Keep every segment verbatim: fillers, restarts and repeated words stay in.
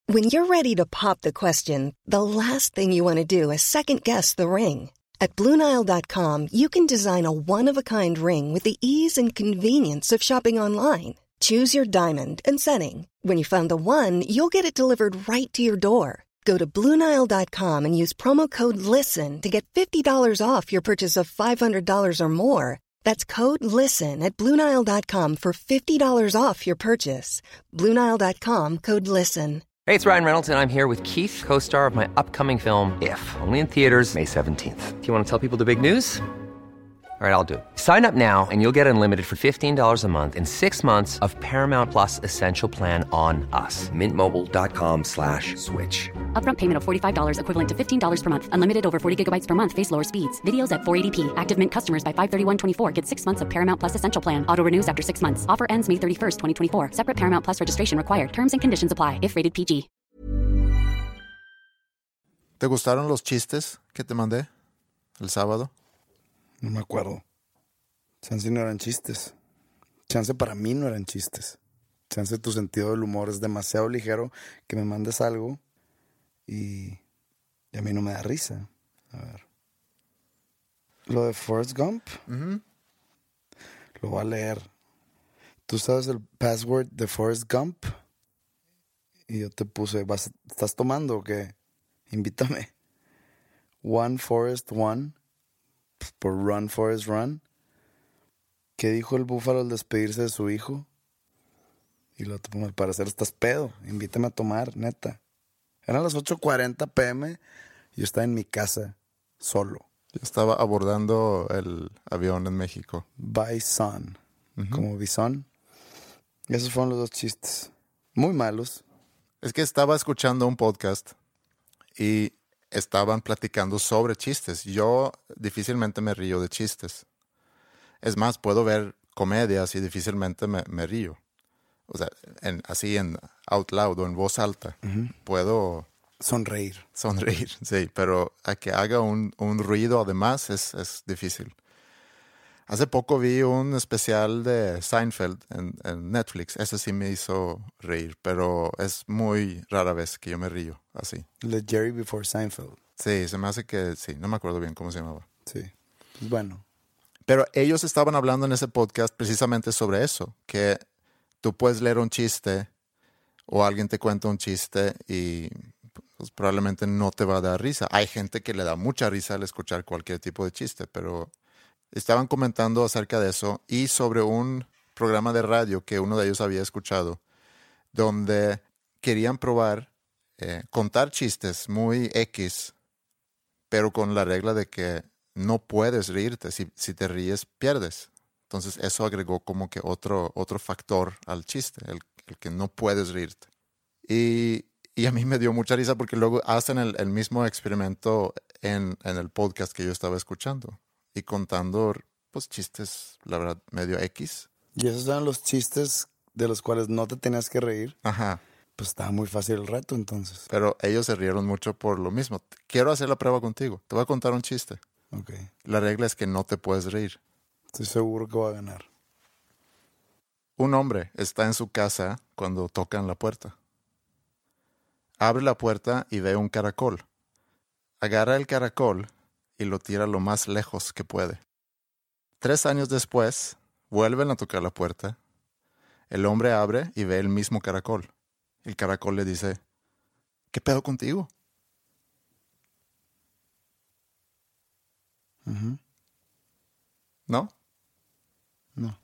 When you're ready to pop the question, the last thing you want to do is second-guess the ring. At Blue Nile dot com, you can design a one-of-a-kind ring with the ease and convenience of shopping online. Choose your diamond and setting. When you find the one, you'll get it delivered right to your door. Go to Blue Nile dot com and use promo code LISTEN to get fifty dollars off your purchase of five hundred dollars or more. That's code LISTEN at Blue Nile dot com for fifty dollars off your purchase. Blue Nile dot com, code LISTEN. Hey, it's Ryan Reynolds, and I'm here with Keith, co-star of my upcoming film, If, only in theaters May seventeenth. Do you want to tell people the big news? All right, I'll do it. Sign up now and you'll get unlimited for fifteen dollars a month and six months of Paramount Plus Essential Plan on us. Mint Mobile dot com slash switch. Upfront payment of forty-five dollars equivalent to fifteen dollars per month. Unlimited over forty gigabytes per month. Face lower speeds. Videos at four eighty p. Active Mint customers by five thirty-one twenty-four get six months of Paramount Plus Essential Plan. Auto renews after six months. Offer ends May thirty-first, twenty twenty-four. Separate Paramount Plus registration required. Terms and conditions apply if rated P G. ¿Te gustaron los chistes que te mandé el sábado? No me acuerdo. Chance no eran chistes. Chance para mí no eran chistes. Chance tu sentido del humor es demasiado ligero que me mandes algo y, y a mí no me da risa. A ver. Lo de Forrest Gump. Uh-huh. Lo voy a leer. ¿Tú sabes el password de Forrest Gump? Y yo te puse, ¿vas, ¿estás tomando o qué? Invítame. One Forrest One. Por Run Forrest Run. ¿Qué dijo el búfalo al despedirse de su hijo? Y luego te pongo, al parecer estás pedo. Invítame a tomar, neta. Eran las ocho cuarenta pm y yo estaba en mi casa, solo. Yo estaba abordando el avión en México. Bison. Uh-huh. Como bisón. Esos fueron los dos chistes. Muy malos. Es que estaba escuchando un podcast y estaban platicando sobre chistes. Yo difícilmente me río de chistes. Es más, puedo ver comedias y difícilmente me, me río. O sea, en, así en out loud o en voz alta. Uh-huh. Puedo... Sonreír. Sonreír, sí. Pero a que haga un, un ruido además es, es difícil. Hace poco vi un especial de Seinfeld en, en Netflix. Ese sí me hizo reír, pero es muy rara vez que yo me río así. The Jerry Before Seinfeld. Sí, se me hace que... Sí, no me acuerdo bien cómo se llamaba. Sí, pues bueno. Pero ellos estaban hablando en ese podcast precisamente sobre eso, que tú puedes leer un chiste o alguien te cuenta un chiste y pues, probablemente no te va a dar risa. Hay gente que le da mucha risa al escuchar cualquier tipo de chiste, pero estaban comentando acerca de eso y sobre un programa de radio que uno de ellos había escuchado, donde querían probar eh, contar chistes muy X, pero con la regla de que no puedes reírte. Si, si te ríes, pierdes. Entonces eso agregó como que otro, otro factor al chiste, el, el que no puedes reírte. Y, y a mí me dio mucha risa porque luego hacen el, el mismo experimento en, en el podcast que yo estaba escuchando y contando pues chistes, la verdad, medio X. Y esos eran los chistes de los cuales no te tenías que reír. Ajá. Pues estaba muy fácil el reto entonces. Pero ellos se rieron mucho por lo mismo. Quiero hacer la prueba contigo. Te voy a contar un chiste. Okay. La regla es que no te puedes reír. Estoy seguro que voy a ganar. Un hombre está en su casa cuando tocan la puerta. Abre la puerta y ve un caracol. Agarra el caracol y lo tira lo más lejos que puede. Tres años después, vuelven a tocar la puerta. El hombre abre y ve el mismo caracol. El caracol le dice, ¿qué pedo contigo? Uh-huh. ¿No? No.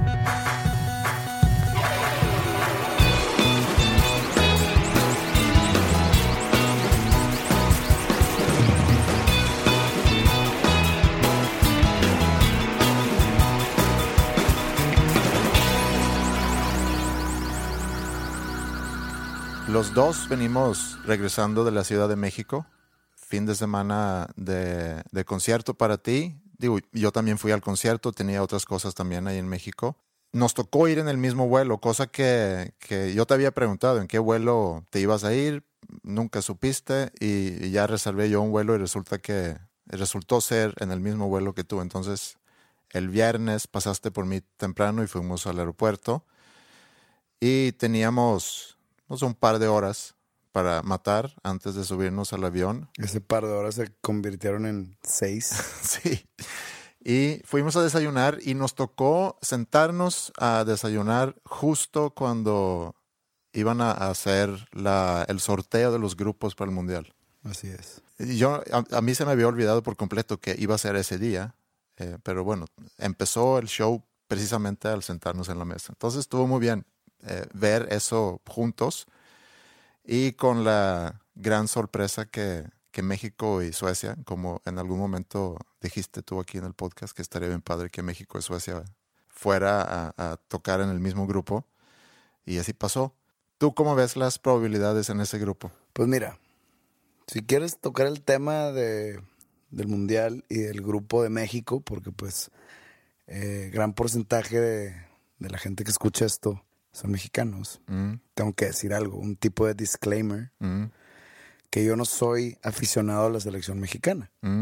Los dos venimos regresando de la Ciudad de México. Fin de semana de, de concierto para ti. Digo, yo también fui al concierto, tenía otras cosas también ahí en México. Nos tocó ir en el mismo vuelo, cosa que, que yo te había preguntado en qué vuelo te ibas a ir, nunca supiste y, y ya reservé yo un vuelo y resulta que resultó ser en el mismo vuelo que tú. Entonces, el viernes pasaste por mí temprano y fuimos al aeropuerto y teníamos pues, un par de horas para matar antes de subirnos al avión. Ese par de horas se convirtieron en seis. Sí. Y fuimos a desayunar y nos tocó sentarnos a desayunar justo cuando iban a hacer la, el sorteo de los grupos para el Mundial. Así es. Y yo, a, a mí se me había olvidado por completo que iba a ser ese día, eh, pero bueno, empezó el show precisamente al sentarnos en la mesa. Entonces estuvo muy bien eh, ver eso juntos y con la gran sorpresa que, que México y Suecia, como en algún momento dijiste tú aquí en el podcast, que estaría bien padre que México y Suecia fuera a, a tocar en el mismo grupo, y así pasó. ¿Tú cómo ves las probabilidades en ese grupo? Pues mira, si quieres tocar el tema de, del Mundial y del grupo de México, porque pues eh, gran porcentaje de, de la gente que escucha esto son mexicanos, mm. tengo que decir algo, un tipo de disclaimer, mm. que yo no soy aficionado a la selección mexicana. Mm.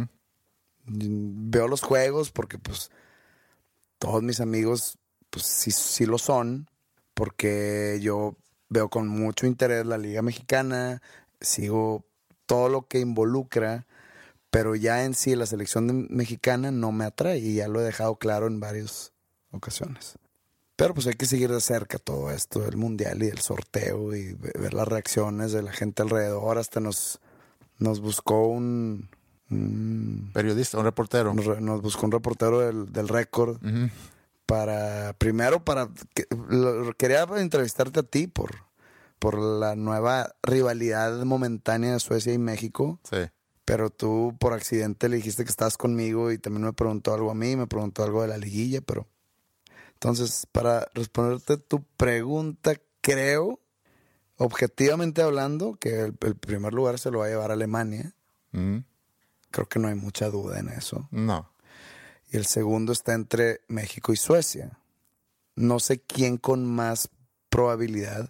Veo los juegos porque pues todos mis amigos pues sí, sí lo son, porque yo veo con mucho interés la Liga Mexicana, sigo todo lo que involucra, pero ya en sí la selección de, mexicana no me atrae y ya lo he dejado claro en varias ocasiones. Pero pues hay que seguir de cerca todo esto del Mundial y del sorteo y ver las reacciones de la gente alrededor. Hasta nos, nos buscó un, un... periodista, un reportero. Nos, nos buscó un reportero del, del Récord. Uh-huh. Para, primero para, que, lo, quería entrevistarte a ti por, por la nueva rivalidad momentánea de Suecia y México. Sí. Pero tú por accidente le dijiste que estabas conmigo y también me preguntó algo a mí, me preguntó algo de la liguilla, pero... Entonces, para responderte tu pregunta, creo, objetivamente hablando, que el, el primer lugar se lo va a llevar a Alemania. Mm. Creo que no hay mucha duda en eso. No. Y el segundo está entre México y Suecia. No sé quién con más probabilidad,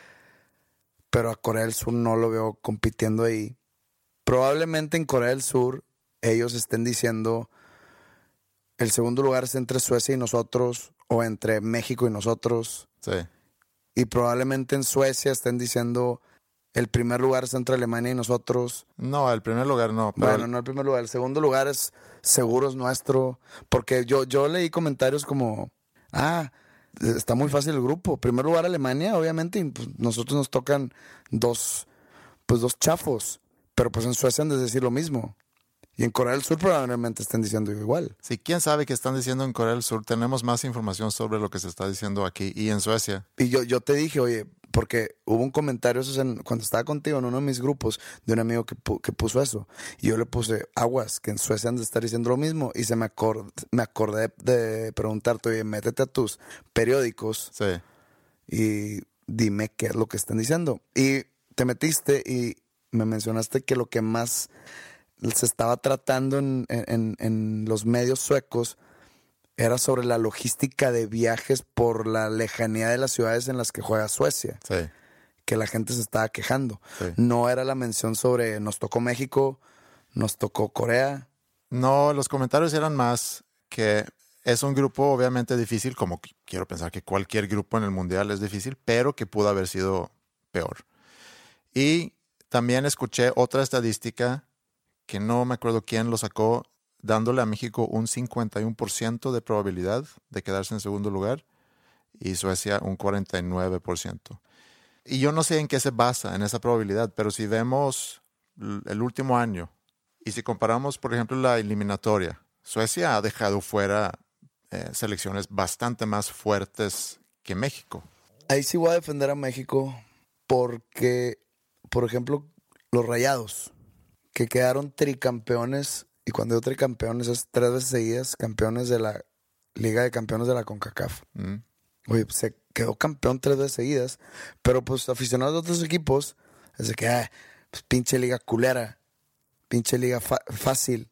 pero a Corea del Sur no lo veo compitiendo ahí. Probablemente en Corea del Sur ellos estén diciendo el segundo lugar es entre Suecia y nosotros, o entre México y nosotros. Sí. Y probablemente en Suecia estén diciendo el primer lugar es entre Alemania y nosotros. No, el primer lugar no. Pero... Bueno, no el primer lugar. El segundo lugar es seguro es nuestro. Porque yo, yo leí comentarios como, ah, está muy fácil el grupo. Primer lugar Alemania, obviamente, y pues nosotros nos tocan dos, pues dos chafos. Pero pues en Suecia han de decir lo mismo. Y en Corea del Sur probablemente estén diciendo igual. Sí, quién sabe qué están diciendo en Corea del Sur. Tenemos más información sobre lo que se está diciendo aquí y en Suecia. Y yo, yo te dije, oye, porque hubo un comentario eso en, cuando estaba contigo en uno de mis grupos de un amigo que, pu, que puso eso. Y yo le puse, aguas, que en Suecia han de estar diciendo lo mismo. Y se me, acord, me acordé de preguntarte, oye, métete a tus periódicos. Sí. Y dime qué es lo que están diciendo. Y te metiste y me mencionaste que lo que más se estaba tratando en, en, en los medios suecos era sobre la logística de viajes por la lejanía de las ciudades en las que juega Suecia. Sí. Que la gente se estaba quejando. Sí. No era la mención sobre nos tocó México, nos tocó Corea. No, los comentarios eran más que es un grupo obviamente difícil, como quiero pensar que cualquier grupo en el Mundial es difícil, pero que pudo haber sido peor. Y también escuché otra estadística que no me acuerdo quién lo sacó, dándole a México un cincuenta y uno por ciento de probabilidad de quedarse en segundo lugar y Suecia un cuarenta y nueve por ciento. Y yo no sé en qué se basa en esa probabilidad, pero si vemos el último año y si comparamos, por ejemplo, la eliminatoria, Suecia ha dejado fuera eh, selecciones bastante más fuertes que México. Ahí sí voy a defender a México porque, por ejemplo, los Rayados, que quedaron tricampeones, y cuando digo tricampeones es tres veces seguidas campeones de la Liga de Campeones de la CONCACAF. Mm. Oye, pues se quedó campeón tres veces seguidas, pero pues aficionados de otros equipos, es de que, ah, pues pinche liga culera, pinche liga fa- fácil.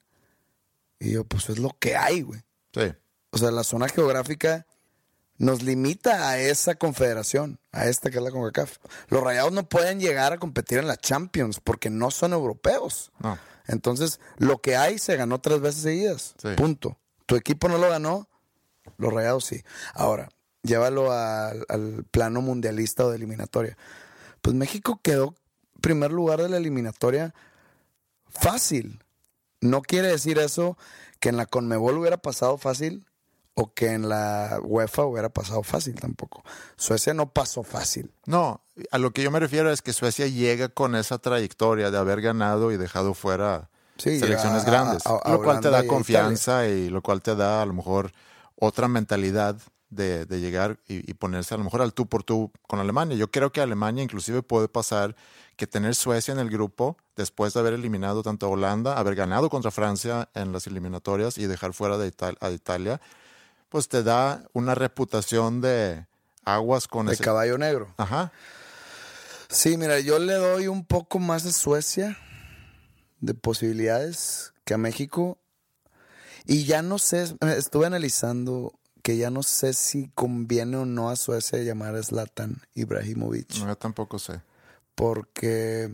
Y yo, pues es lo que hay, güey. Sí. O sea, la zona geográfica nos limita a esa confederación, a esta que es la CONCACAF. Los Rayados no pueden llegar a competir en la Champions porque no son europeos. No. Entonces, lo que hay se ganó tres veces seguidas. Sí. Punto. Tu equipo no lo ganó, los Rayados sí. Ahora, llévalo a, al plano mundialista o de eliminatoria. Pues México quedó primer lugar de la eliminatoria fácil. No quiere decir eso que en la Conmebol hubiera pasado fácil o que en la UEFA hubiera pasado fácil tampoco. Suecia no pasó fácil. No, a lo que yo me refiero es que Suecia llega con esa trayectoria de haber ganado y dejado fuera sí, selecciones a, grandes, a, a lo cual te da confianza y lo cual te da a lo mejor otra mentalidad de, de llegar y, y ponerse a lo mejor al tú por tú con Alemania. Yo creo que Alemania inclusive puede pasar que tener Suecia en el grupo después de haber eliminado tanto a Holanda, haber ganado contra Francia en las eliminatorias y dejar fuera de Ital- a Italia, pues te da una reputación de aguas con de ese... caballo negro. Ajá. Sí, mira, yo le doy un poco más a Suecia de posibilidades que a México. Y ya no sé, estuve analizando que ya no sé si conviene o no a Suecia llamar a Zlatan Ibrahimovic. No, yo tampoco sé. Porque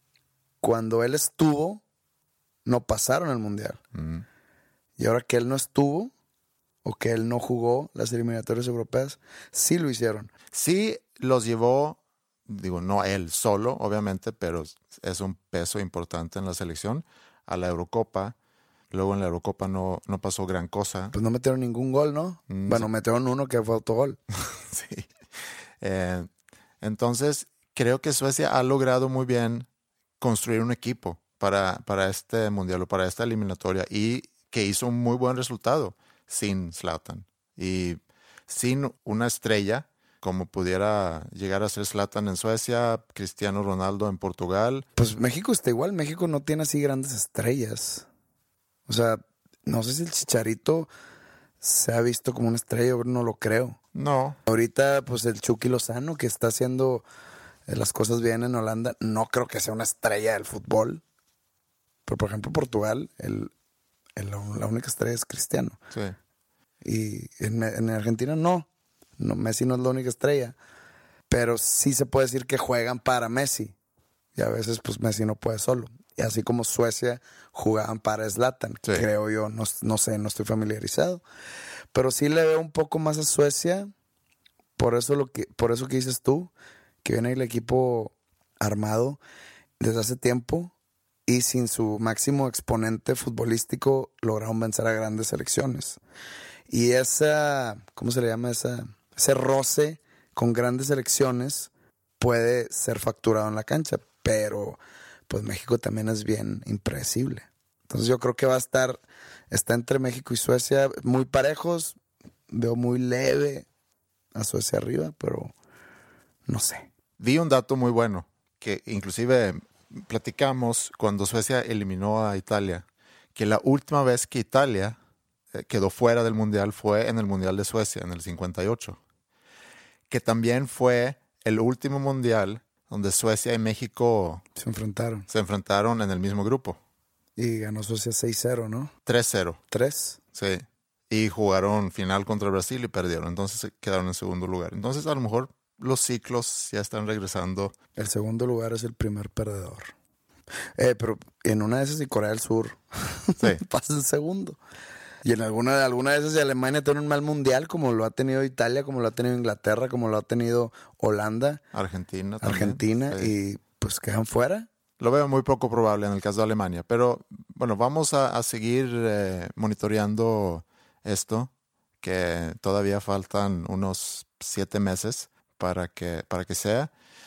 cuando él estuvo, no pasaron el Mundial. Mm. Y ahora que él no estuvo, o que él no jugó las eliminatorias europeas, sí lo hicieron. Sí los llevó, digo, no él solo, obviamente, pero es un peso importante en la selección, a la Eurocopa. Luego en la Eurocopa no, no pasó gran cosa. Pues no metieron ningún gol, ¿no? Mm, bueno, sí. Metieron uno que fue autogol. Sí. Eh, entonces, creo que Suecia ha logrado muy bien construir un equipo para, para este mundial o para esta eliminatoria y que hizo un muy buen resultado sin Zlatan y sin una estrella como pudiera llegar a ser Zlatan en Suecia, Cristiano Ronaldo en Portugal. Pues México está igual, México no tiene así grandes estrellas. O sea, no sé si el Chicharito se ha visto como una estrella, no lo creo. No. Ahorita, pues el Chucky Lozano, que está haciendo las cosas bien en Holanda, no creo que sea una estrella del fútbol. Pero, por ejemplo, Portugal, el, el, la única estrella es Cristiano. Sí. Y en, en Argentina no. no. Messi no es la única estrella. Pero sí se puede decir que juegan para Messi. Y a veces, pues, Messi no puede solo. Y así como Suecia jugaban para Zlatan, sí. Creo yo, no, no sé, no estoy familiarizado. Pero sí le veo un poco más a Suecia, por eso, lo que, por eso que dices tú, que viene el equipo armado desde hace tiempo y sin su máximo exponente futbolístico lograron vencer a grandes selecciones. Y esa, ¿cómo se le llama? Esa, ese roce con grandes selecciones puede ser facturado en la cancha, pero pues México también es bien impredecible. Entonces yo creo que va a estar, está entre México y Suecia muy parejos. Veo muy leve a Suecia arriba, pero no sé. Vi un dato muy bueno, que inclusive platicamos cuando Suecia eliminó a Italia, que la última vez que Italia quedó fuera del Mundial fue en el Mundial de Suecia, en el cincuenta y ocho. Que también fue el último Mundial donde Suecia y México se enfrentaron. Se enfrentaron en el mismo grupo. Y ganó Suecia seis cero, ¿no? tres cero. ¿tres? Sí. Y jugaron final contra Brasil y perdieron. Entonces quedaron en segundo lugar. Entonces a lo mejor los ciclos ya están regresando. El segundo lugar es el primer perdedor. Eh, pero en una de esas y Corea del Sur sí. Pasa en segundo. Y en alguna, alguna de esas y Alemania tiene un mal mundial, como lo ha tenido Italia, como lo ha tenido Inglaterra, como lo ha tenido Holanda. Argentina también. Argentina, sí. Y pues quedan fuera. Lo veo muy poco probable en el caso de Alemania. Pero bueno, vamos a, a seguir eh, monitoreando esto, que todavía faltan unos siete meses para que, para que sea.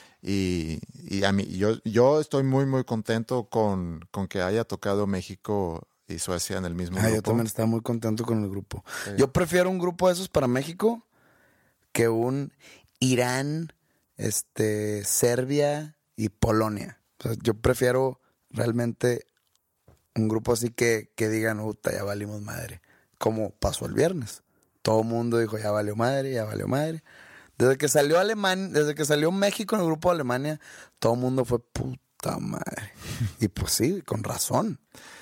Y, y a mí, yo, yo estoy muy, muy contento con, con que haya tocado México y Suecia en el mismo ah, grupo. Yo también estaba muy contento con el grupo. Sí. Yo prefiero un grupo de esos para México que un Irán, este, Serbia y Polonia. O sea, yo prefiero realmente un grupo así que, que digan, puta, ya valimos madre. Como pasó el viernes. Todo el mundo dijo, ya valió madre, ya valió madre. Desde que salió Alemania, desde que salió México en el grupo de Alemania, todo el mundo fue puta madre. Y pues sí, con razón.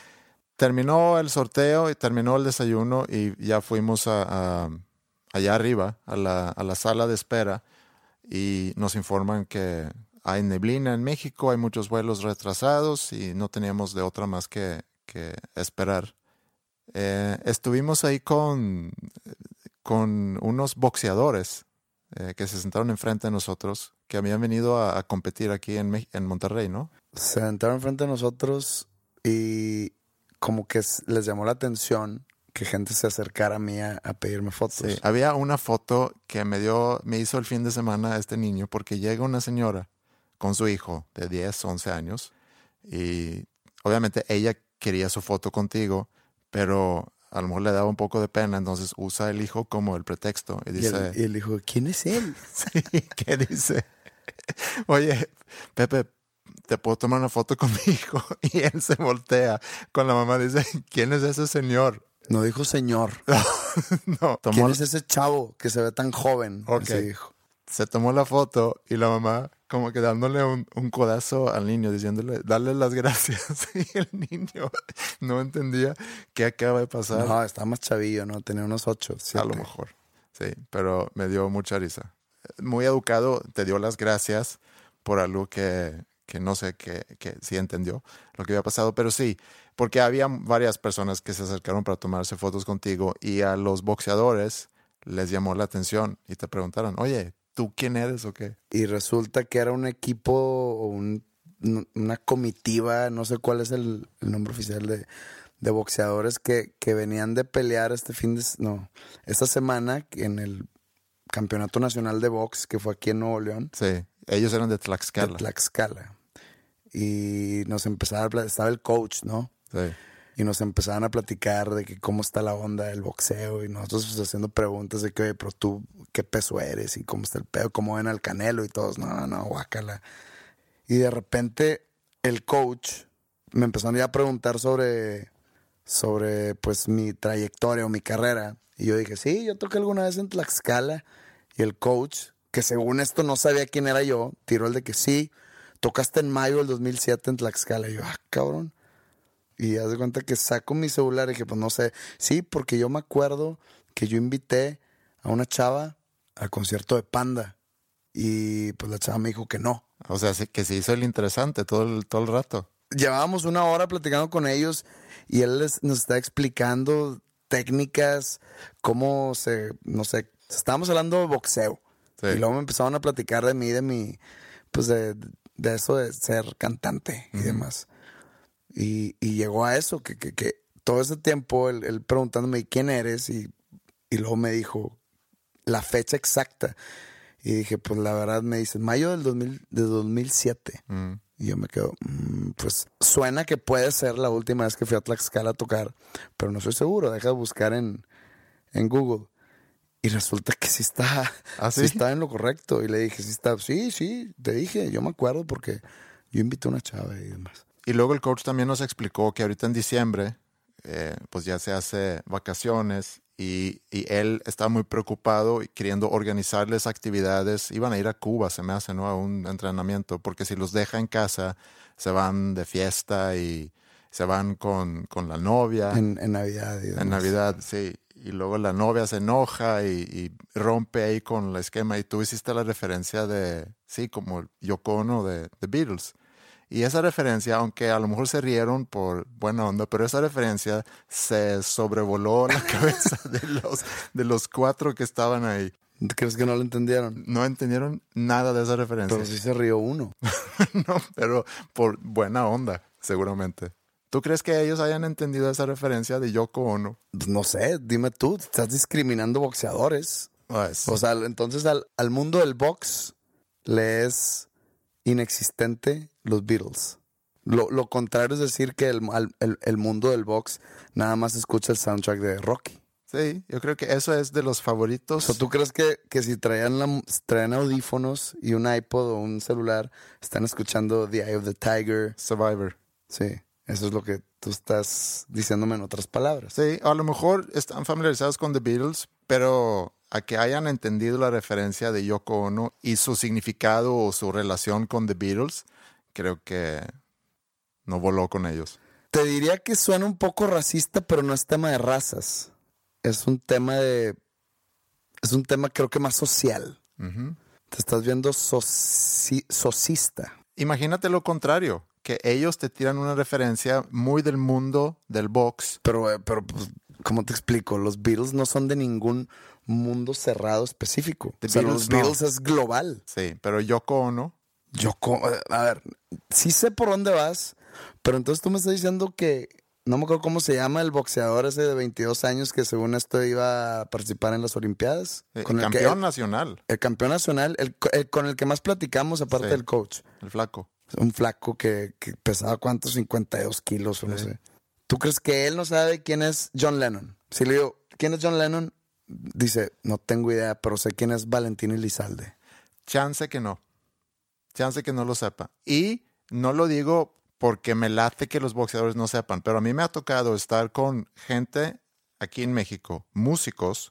Terminó el sorteo y terminó el desayuno y ya fuimos a, a, allá arriba, a la, a la sala de espera, y nos informan que hay neblina en México, hay muchos vuelos retrasados y no teníamos de otra más que, que esperar. Eh, estuvimos ahí con, con unos boxeadores eh, que se sentaron enfrente de nosotros, que habían venido a, a competir aquí en, Me- en Monterrey, ¿no? Se sentaron frente a nosotros y como que s- les llamó la atención que gente se acercara a mí a, a pedirme fotos. Sí, había una foto que me dio, me hizo el fin de semana a este niño, porque llega una señora con su hijo de diez, once años y obviamente ella quería su foto contigo, pero a lo mejor le daba un poco de pena, entonces usa el hijo como el pretexto y Y dice, él, y él dijo, ¿quién es él? sí, ¿qué dice? Oye, Pepe, ¿te puedo tomar una foto con mi hijo? Y él se voltea con la mamá y dice, ¿quién es ese señor? No dijo señor. No, tomó, ¿Quién es ese chavo que se ve tan joven? Ok. Así dijo. se tomó la foto y la mamá como que dándole un, un codazo al niño, diciéndole, dale las gracias. Y el niño no entendía qué acaba de pasar. No, estaba más chavillo, ¿no? Tenía unos ocho, siete. A lo mejor, sí, pero me dio mucha risa. Muy educado, te dio las gracias por algo que, que no sé, que, que sí entendió lo que había pasado, pero sí, porque había varias personas que se acercaron para tomarse fotos contigo y a los boxeadores les llamó la atención y te preguntaron, oye, ¿tú quién eres o qué? Y resulta que era un equipo o un, una comitiva, no sé cuál es el, el nombre oficial de, de boxeadores que, que venían de pelear este fin de... No, esta semana en el Campeonato Nacional de Box que fue aquí en Nuevo León. Sí, ellos eran de Tlaxcala. De Tlaxcala. Y nos empezaron a platicar, estaba el coach, ¿no? Sí. Y nos empezaban a platicar de que cómo está la onda del boxeo y nosotros pues, haciendo preguntas de que, oye, pero tú, ¿qué peso eres? Y cómo está el pedo, cómo ven al Canelo y todos, no, no, guácala. Y de repente el coach me empezó ya a preguntar sobre, sobre pues mi trayectoria o mi carrera. Y yo dije, sí, yo toqué alguna vez en Tlaxcala. Y el coach, que según esto no sabía quién era yo, tiró el de que sí, tocaste en mayo del dos mil siete en Tlaxcala. Y yo, ah, cabrón. Y haz de cuenta que saco mi celular y dije, pues no sé. Sí, porque yo me acuerdo que yo invité a una chava al concierto de Panda. Y pues la chava me dijo que no. O sea, sí, que se hizo el interesante todo el, todo el rato. Llevábamos una hora platicando con ellos y él les, nos está explicando técnicas, cómo se, no sé, estábamos hablando de boxeo. Sí. Y luego me empezaron a platicar de mí, de mi, pues de, de eso de ser cantante y uh-huh. demás. Y, y llegó a eso, que, que, que todo ese tiempo él, él preguntándome quién eres y, y luego me dijo la fecha exacta. Y dije, pues la verdad me dice, mayo del dos mil, de dos mil siete. Mm. Y yo me quedo, mmm, pues suena que puede ser la última vez que fui a Tlaxcala a tocar, pero no estoy seguro, deja de buscar en, en Google. Y resulta que sí está, ¿Ah, sí? sí está en lo correcto. Y le dije, sí está, sí, sí, te dije, yo me acuerdo porque yo invité a una chava y demás. Y luego el coach también nos explicó que ahorita en diciembre, eh, pues ya se hace vacaciones y, y él está muy preocupado y queriendo organizarles actividades. Iban a ir a Cuba, se me hace, ¿no? A un entrenamiento, porque si los deja en casa, se van de fiesta y se van con, con la novia. En, en Navidad. Y en Navidad, sí. Y luego la novia se enoja y, y rompe ahí con el esquema. Y tú hiciste la referencia de, sí, como Yoko Ono de The Beatles. Y esa referencia, aunque a lo mejor se rieron por buena onda, pero esa referencia se sobrevoló la cabeza de los, de los cuatro que estaban ahí. ¿Crees que no lo entendieron? No entendieron nada de esa referencia. Pero sí se rió uno. No, pero por buena onda, seguramente. ¿Tú crees que ellos hayan entendido esa referencia de Yoko Ono? Pues no sé, dime tú, estás discriminando boxeadores. Pues, o sea, entonces al, al mundo del box le es inexistente los Beatles. Lo, lo contrario es decir que el, el, el mundo del box nada más escucha el soundtrack de Rocky. Sí, yo creo que eso es de los favoritos. O sea, ¿tú crees que, que si traían, la, traían audífonos y un iPod o un celular, están escuchando The Eye of the Tiger? Survivor. Sí, eso es lo que tú estás diciéndome en otras palabras. Sí, a lo mejor están familiarizados con The Beatles, pero a que hayan entendido la referencia de Yoko Ono y su significado o su relación con The Beatles, creo que no voló con ellos. Te diría que suena un poco racista, pero no es tema de razas. Es un tema de... Es un tema creo que más social. Uh-huh. Te estás viendo soci, socista. Imagínate lo contrario, que ellos te tiran una referencia muy del mundo del box. Pero, pero pues, ¿cómo te explico? Los Beatles no son de ningún mundo cerrado específico. The o sea, Beatles los no. Beatles es global. Sí, pero Yoko Ono, Yoko, a ver, sí sé por dónde vas, pero entonces tú me estás diciendo que, no me acuerdo cómo se llama el boxeador ese de veintidós años que según esto iba a participar en las Olimpiadas. eh, Con el que- campeón el, nacional, el campeón nacional, el, el con el que más platicamos aparte Sí. del coach. el flaco. Un flaco que, que pesaba cuántos, cincuenta y dos kilos o no Sí. sé. ¿Tú crees que él no sabe quién es John Lennon? Si le digo, ¿quién es John Lennon? Dice, no tengo idea, pero sé quién es Valentín Elizalde. Chance que no. Chance que no lo sepa. Y no lo digo porque me late que los boxeadores no sepan, pero a mí me ha tocado estar con gente aquí en México, músicos,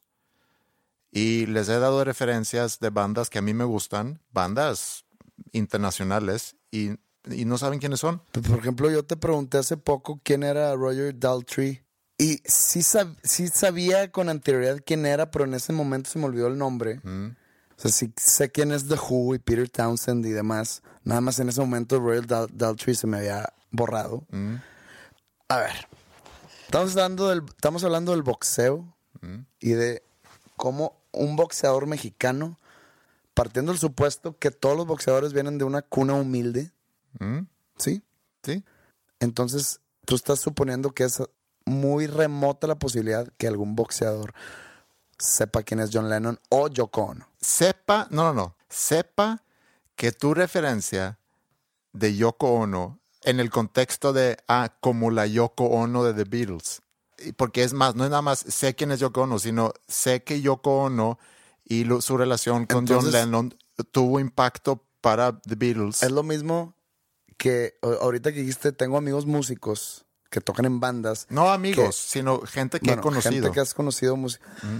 y les he dado referencias de bandas que a mí me gustan, bandas internacionales, y, y no saben quiénes son. Pues, por ejemplo, yo te pregunté hace poco quién era Roger Daltrey. Y sí, sab- sí sabía con anterioridad quién era, pero en ese momento se me olvidó el nombre. Mm. O sea, sí sé quién es The Who y Peter Townsend y demás. Nada más en ese momento Roger Dal- Daltrey se me había borrado. Mm. A ver, estamos hablando del, estamos hablando del boxeo Mm. y de cómo un boxeador mexicano, partiendo del supuesto que todos los boxeadores vienen de una cuna humilde, Mm. ¿sí? Sí. Entonces, tú estás suponiendo que es muy remota la posibilidad que algún boxeador sepa quién es John Lennon o Yoko Ono. Sepa, no, no, no. Sepa que tu referencia de Yoko Ono en el contexto de, ah, como la Yoko Ono de The Beatles. Y porque es más, no es nada más sé quién es Yoko Ono, sino sé que Yoko Ono y lo- su relación con Entonces- John Lennon tuvo impacto para The Beatles. Es lo mismo que a- ahorita que dijiste, tengo amigos músicos que tocan en bandas. No amigos, que- sino gente que bueno, he conocido. gente que has conocido. mus-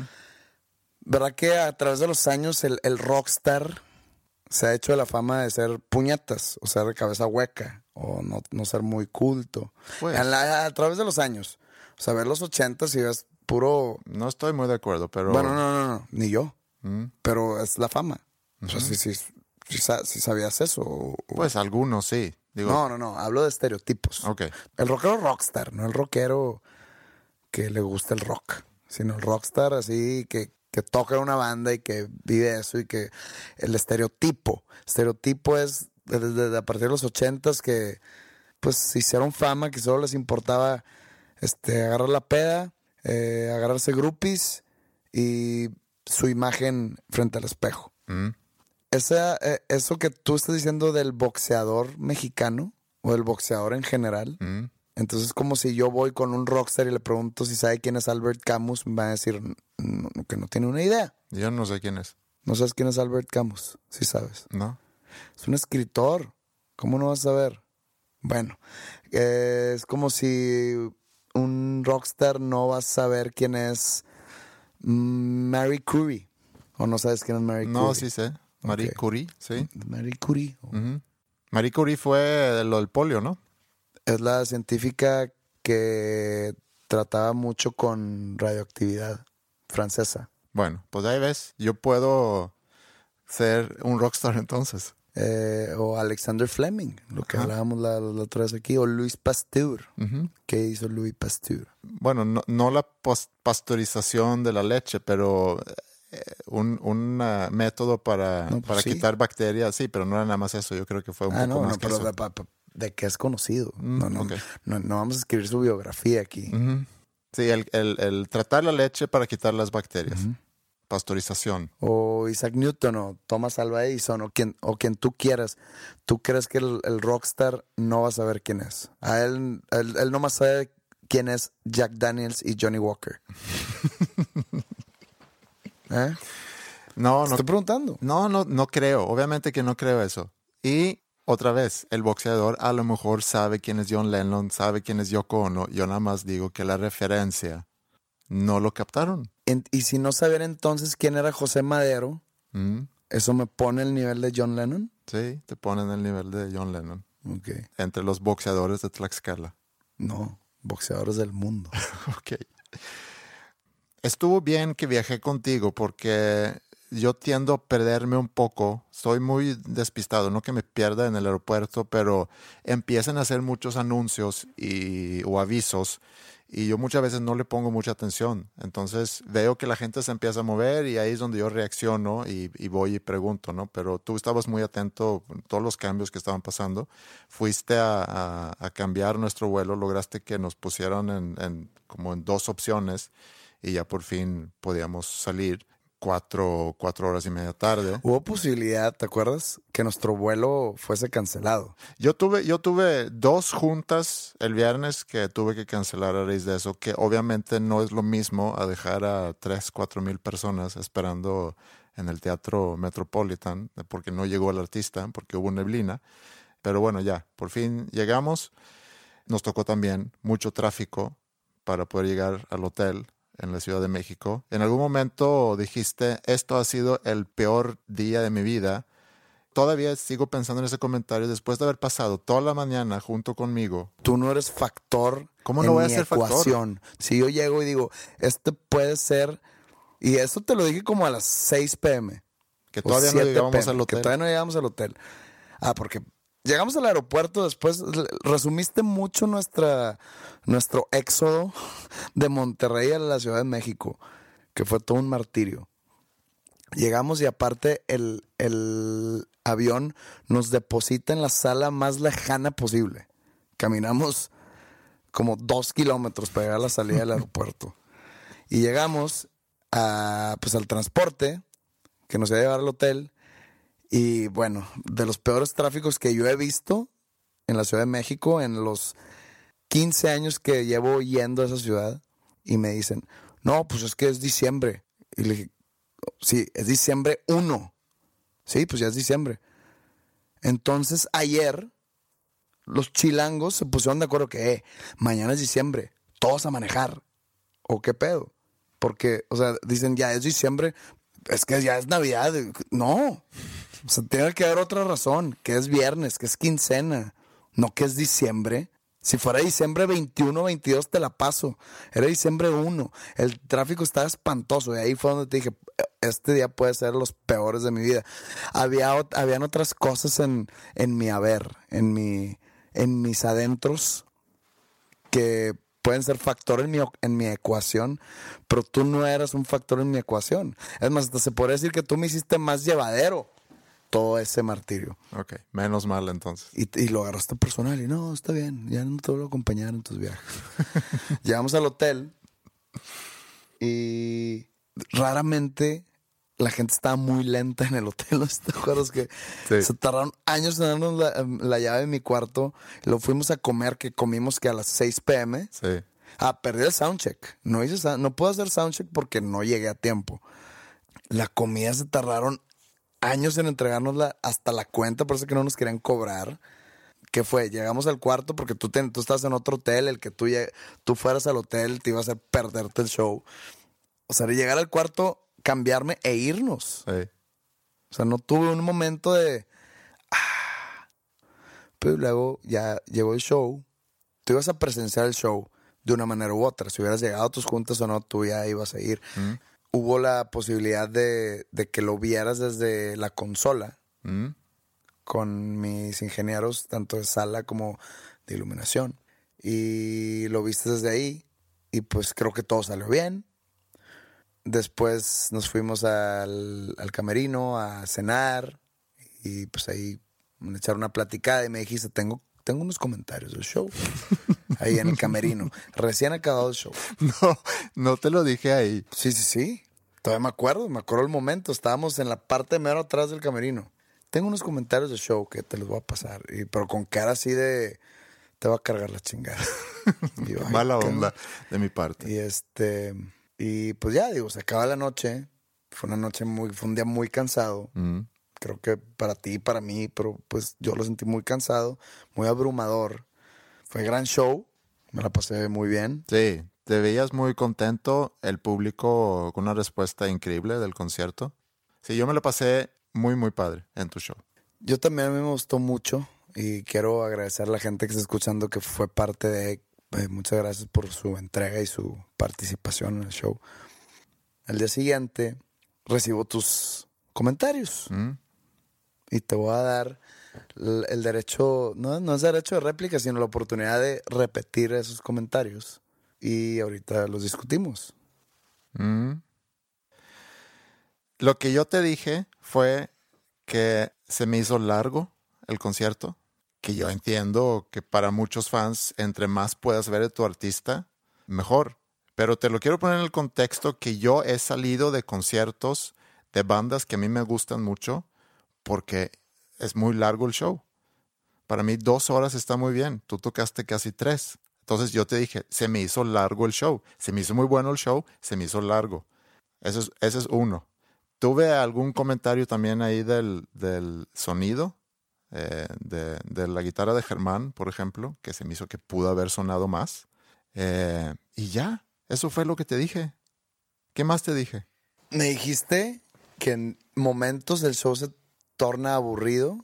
¿Verdad que a través de los años el, el rockstar se ha hecho de la fama de ser puñetas, o ser de cabeza hueca, o no, no ser muy culto? Pues. A, la- a través de los años. O sea, ver los ochentas y ves puro... No estoy muy de acuerdo, pero... Bueno, no, no, no, ni yo. Mm. Pero es la fama. O sea, si, si, si, sa- si sabías eso. o- o- Pues algunos sí. Digo, no, no, no. Hablo de estereotipos. Ok. El rockero rockstar, no el rockero que le gusta el rock, sino el rockstar así que, que toca en una banda y que vive eso y que el estereotipo. Estereotipo es desde, desde a partir de los ochentas que pues se hicieron fama, que solo les importaba este, agarrar la peda, eh, agarrarse groupies y su imagen frente al espejo. Mm. Esa, eh, eso que tú estás diciendo del boxeador mexicano o del boxeador en general, Mm. entonces como si yo voy con un rockstar y le pregunto si sabe quién es Albert Camus, me va a decir "No, no, que no tiene una idea. Yo no sé quién es. No sabes quién es Albert Camus, sí sabes. ¿No? Es un escritor, ¿cómo no vas a saber? Bueno, eh, es como si un rockstar no va a saber quién es mm, Marie Curie, o no sabes quién es Marie Curie. No, sí sé. Marie Ok. Curie, sí. Marie Curie. Ujú. Marie Curie fue lo del polio, ¿no? Es la científica que trataba mucho con radioactividad francesa. Bueno, pues ahí ves, yo puedo ser un rockstar entonces. Eh, o Alexander Fleming, lo que Ajá. hablábamos la, la otra vez aquí. O Louis Pasteur. Ujú. ¿Qué hizo Louis Pasteur? Bueno, no, no la pos- pasteurización de la leche, pero eh, un, un ah, método para, No, pues para sí. quitar bacterias, sí, pero no era nada más eso, yo creo que fue un Ah, poco no, más no, que pero eso. de, pa- pa- de que es conocido. Mm, no, no, ok. no, no vamos a escribir su biografía aquí. Ujú. Sí, el, el, el tratar la leche para quitar las bacterias. Pasteurización. O Isaac Newton o Thomas Alva Edison o quien, o quien tú quieras. ¿Tú crees que el, el rockstar no va a saber quién es? A él, él, él nomás sabe quién es Jack Daniels y Johnny Walker. ¿Eh? No, no, Estoy preguntando. no, no, no creo. Obviamente que no creo eso. Y otra vez, el boxeador a lo mejor sabe quién es John Lennon, sabe quién es Yoko Ono. Yo nada más digo que la referencia no lo captaron. En- y si no saber entonces quién era José Madero, Mm, ¿eso me pone el nivel de John Lennon? sí, te ponen el nivel de John Lennon Ok. entre los boxeadores de Tlaxcala. No, boxeadores del mundo. Ok. Estuvo bien que viajé contigo porque yo tiendo a perderme un poco. Soy muy despistado, no que me pierda en el aeropuerto, pero empiezan a hacer muchos anuncios y, o avisos y yo muchas veces no le pongo mucha atención. Entonces veo que la gente se empieza a mover y ahí es donde yo reacciono y, y voy y pregunto, ¿no? Pero tú estabas muy atento a todos los cambios que estaban pasando. Fuiste a, a, a cambiar nuestro vuelo, lograste que nos pusieran en, en, como en dos opciones y ya por fin podíamos salir cuatro, cuatro horas y media tarde. Hubo posibilidad, ¿te acuerdas? Que nuestro vuelo fuese cancelado. Yo tuve, yo tuve dos juntas el viernes que tuve que cancelar a raíz de eso, que obviamente no es lo mismo a dejar a tres, cuatro mil personas esperando en el Teatro Metropolitan, porque no llegó el artista, porque hubo neblina. Pero bueno, ya, por fin llegamos. Nos tocó también mucho tráfico para poder llegar al hotel en la Ciudad de México. En algún momento dijiste, esto ha sido el peor día de mi vida. Todavía sigo pensando en ese comentario después de haber pasado toda la mañana junto conmigo. Tú no eres factor. ¿Cómo no en voy a mi ser ecuación. factor? Si yo llego y digo, este puede ser, y eso te lo dije como a las seis p.m. Que todavía no llegamos al hotel. Que todavía no llegamos al hotel. Ah, porque llegamos al aeropuerto después, resumiste mucho nuestra, nuestro éxodo de Monterrey a la Ciudad de México, que fue todo un martirio. Llegamos y aparte el, el avión nos deposita en la sala más lejana posible. Caminamos como dos kilómetros para llegar a la salida del aeropuerto. Y llegamos a, pues, al transporte que nos iba a llevar al hotel. Y bueno, de los peores tráficos que yo he visto en la Ciudad de México en los quince años que llevo yendo a esa ciudad. Y me dicen, no, pues es que es diciembre. Y le dije, sí, es diciembre uno. Sí, pues ya es diciembre. Entonces ayer los chilangos se pusieron de acuerdo que eh, mañana es diciembre, todos a manejar. ¿O qué pedo? Porque, o sea, dicen ya es diciembre, es que ya es Navidad. No. O sea, tiene que haber otra razón, que es viernes, que es quincena, no que es diciembre. Si fuera diciembre veintiuno o veintidós te la paso. Era diciembre uno. El tráfico estaba espantoso y ahí fue donde te dije, este día puede ser los peores de mi vida. Había, habían otras cosas en, en mi haber, en, mi, en mis adentros que pueden ser factor en mi, en mi ecuación, pero tú no eras un factor en mi ecuación. Es más, hasta se podría decir que tú me hiciste más llevadero todo ese martirio. Ok, menos mal entonces. Y, y lo agarraste personal y no, está bien, ya no te vuelvo a acompañar en tus viajes. Llegamos al hotel y raramente la gente estaba muy lenta en el hotel. ¿No te acuerdas que sí. Se tardaron años en darnos la, la llave de mi cuarto? Lo fuimos a comer, que comimos que a las seis p.m. Sí. Ah, perdí el soundcheck. No hice, no puedo hacer soundcheck porque no llegué a tiempo. La comida se tardaron años en entregárnosla hasta la cuenta, por eso que no nos querían cobrar. ¿Qué fue? Llegamos al cuarto porque tú, te, tú estás en otro hotel, el que tú, tú fueras al hotel te iba a hacer perderte el show. O sea, llegar al cuarto, cambiarme e irnos. Sí. O sea, no tuve un momento de... Ah. Pero luego ya llegó el show. Tú ibas a presenciar el show de una manera u otra. Si hubieras llegado a tus juntas o no, tú ya ibas a ir. Mm. Hubo la posibilidad de, de que lo vieras desde la consola mm. con mis ingenieros, tanto de sala como de iluminación. Y lo viste desde ahí y pues creo que todo salió bien. Después nos fuimos al, al camerino a cenar y pues ahí me echaron una platicada y me dijiste, tengo, tengo unos comentarios del show. Ahí en el camerino. Recién acabado el show. No, no te lo dije ahí. Sí, sí, sí. Todavía me acuerdo, me acuerdo el momento. Estábamos en la parte mero atrás del camerino. Tengo unos comentarios del show que te los voy a pasar. Y, pero con cara así de... Te va a cargar la chingada. Y yo, mala onda de mi parte. Y este... Y pues ya, digo, se acaba la noche. Fue una noche muy... Fue un día muy cansado. Mm. Creo que para ti y para mí, pero pues yo lo sentí muy cansado, muy abrumador. Fue gran show. Me la pasé muy bien. Sí. Te veías muy contento, el público con una respuesta increíble del concierto. Sí, yo me lo pasé muy, muy padre en tu show. Yo también, a mí me gustó mucho y quiero agradecer a la gente que está escuchando que fue parte de... Eh, muchas gracias por su entrega y su participación en el show. Al día siguiente recibo tus comentarios mm. y te voy a dar el, el derecho, no, no es derecho de réplica, sino la oportunidad de repetir esos comentarios. y ahorita los discutimos. Mm. Lo que yo te dije fue que se me hizo largo el concierto, que yo entiendo que para muchos fans, entre más puedas ver de tu artista, mejor. Pero te lo quiero poner en el contexto que yo he salido de conciertos de bandas que a mí me gustan mucho porque es muy largo el show. Para mí dos horas está muy bien. Tú tocaste casi tres. Entonces yo te dije, se me hizo largo el show. Se me hizo muy bueno el show, se me hizo largo. Ese es, ese es uno. Tuve algún comentario también ahí del, del sonido, eh, de, de la guitarra de Germán, por ejemplo, que se me hizo que pudo haber sonado más. Eh, y ya, eso fue lo que te dije. ¿Qué más te dije? Me dijiste que en momentos el show se torna aburrido.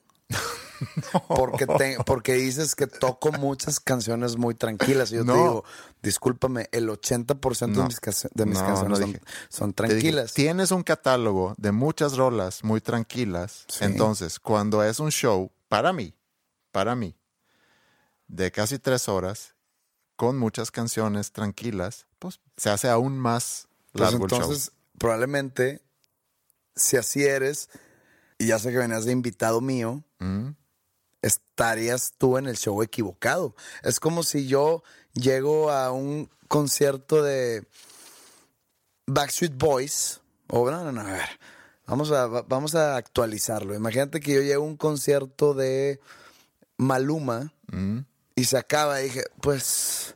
No. Porque, te, porque dices que toco muchas canciones muy tranquilas. Y yo no. te digo, discúlpame, el ochenta por ciento no. de mis, de mis no, canciones no son, son tranquilas. Dije, tienes un catálogo de muchas rolas muy tranquilas. Sí. Entonces, cuando es un show, para mí, para mí, de casi tres horas, con muchas canciones tranquilas, pues se hace aún más largo pues entonces, el show. Entonces, probablemente, si así eres, y ya sé que venías de invitado mío, mm. estarías tú en el show equivocado. Es como si yo llego a un concierto de Backstreet Boys. O no, no, no, a ver. Vamos a, vamos a actualizarlo. Imagínate que yo llego a un concierto de Maluma mm. y se acaba y dije, pues,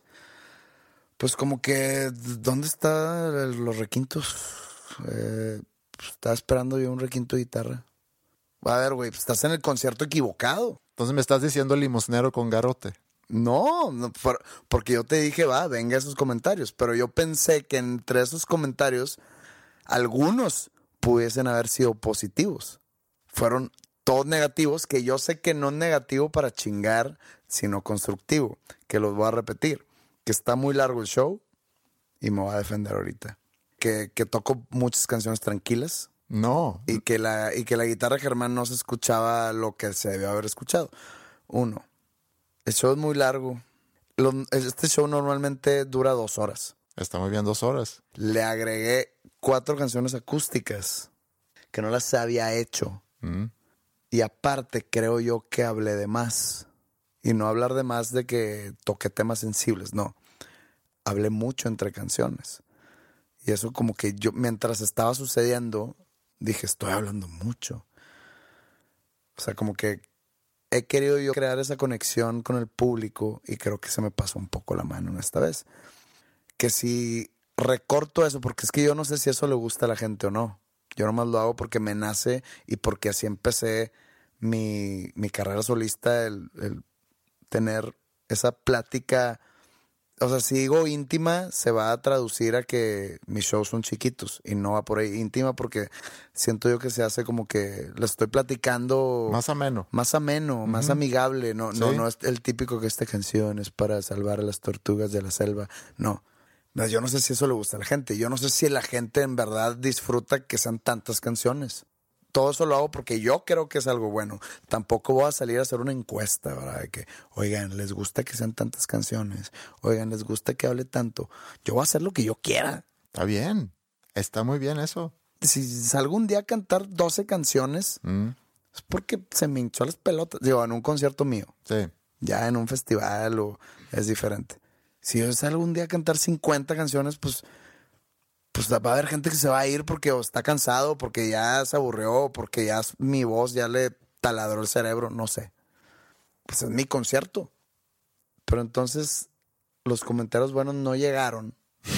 pues como que, ¿dónde están los requintos? Eh, pues estaba esperando yo un requinto de guitarra. A ver, güey, pues estás en el concierto equivocado. Entonces me estás diciendo limosnero con garrote. No, no por, porque yo te dije, va, venga esos comentarios. Pero yo pensé que entre esos comentarios, algunos pudiesen haber sido positivos. Fueron todos negativos, que yo sé que no es negativo para chingar, sino constructivo. Que los voy a repetir. Que está muy largo el show y me voy a defender ahorita. Que, que toco muchas canciones tranquilas. No. Y que, la, y que la guitarra de Germán no se escuchaba lo que se debió haber escuchado. Uno. El show es muy largo. Lo, este show normalmente dura dos horas. Está muy bien dos horas. Le agregué cuatro canciones acústicas que no las había hecho. Mm. Y aparte creo yo que hablé de más. Y no hablar de más de que toqué temas sensibles, no. Hablé mucho entre canciones. Y eso como que yo, mientras estaba sucediendo, dije, estoy hablando mucho. O sea, como que he querido yo crear esa conexión con el público y creo que se me pasó un poco la mano esta vez. Que si recorto eso, porque es que yo no sé si eso le gusta a la gente o no. Yo nomás lo hago porque me nace y porque así empecé mi, mi carrera solista, el, el tener esa plática. O sea, si digo íntima, se va a traducir a que mis shows son chiquitos y no va por ahí íntima porque siento yo que se hace como que le estoy platicando... Más ameno. Más ameno, uh-huh. más amigable. No, ¿sí? no, no es el típico que esta canción es para salvar a las tortugas de la selva. No. Yo no sé si eso le gusta a la gente. Yo no sé si la gente en verdad disfruta que sean tantas canciones. Todo eso lo hago porque yo creo que es algo bueno. Tampoco voy a salir a hacer una encuesta, ¿verdad? De que, oigan, ¿les gusta que sean tantas canciones? Oigan, ¿les gusta que hable tanto? Yo voy a hacer lo que yo quiera. Está bien. Está muy bien eso. Si salgo un día a cantar doce canciones, mm. es porque se me hinchó las pelotas. Digo, en un concierto mío. Sí. Ya en un festival o es diferente. Si yo salgo un día a cantar cincuenta canciones, pues... pues va a haber gente que se va a ir porque o está cansado, porque ya se aburrió, porque ya mi voz ya le taladró el cerebro, no sé. Pues es mi concierto. Pero entonces los comentarios buenos no llegaron.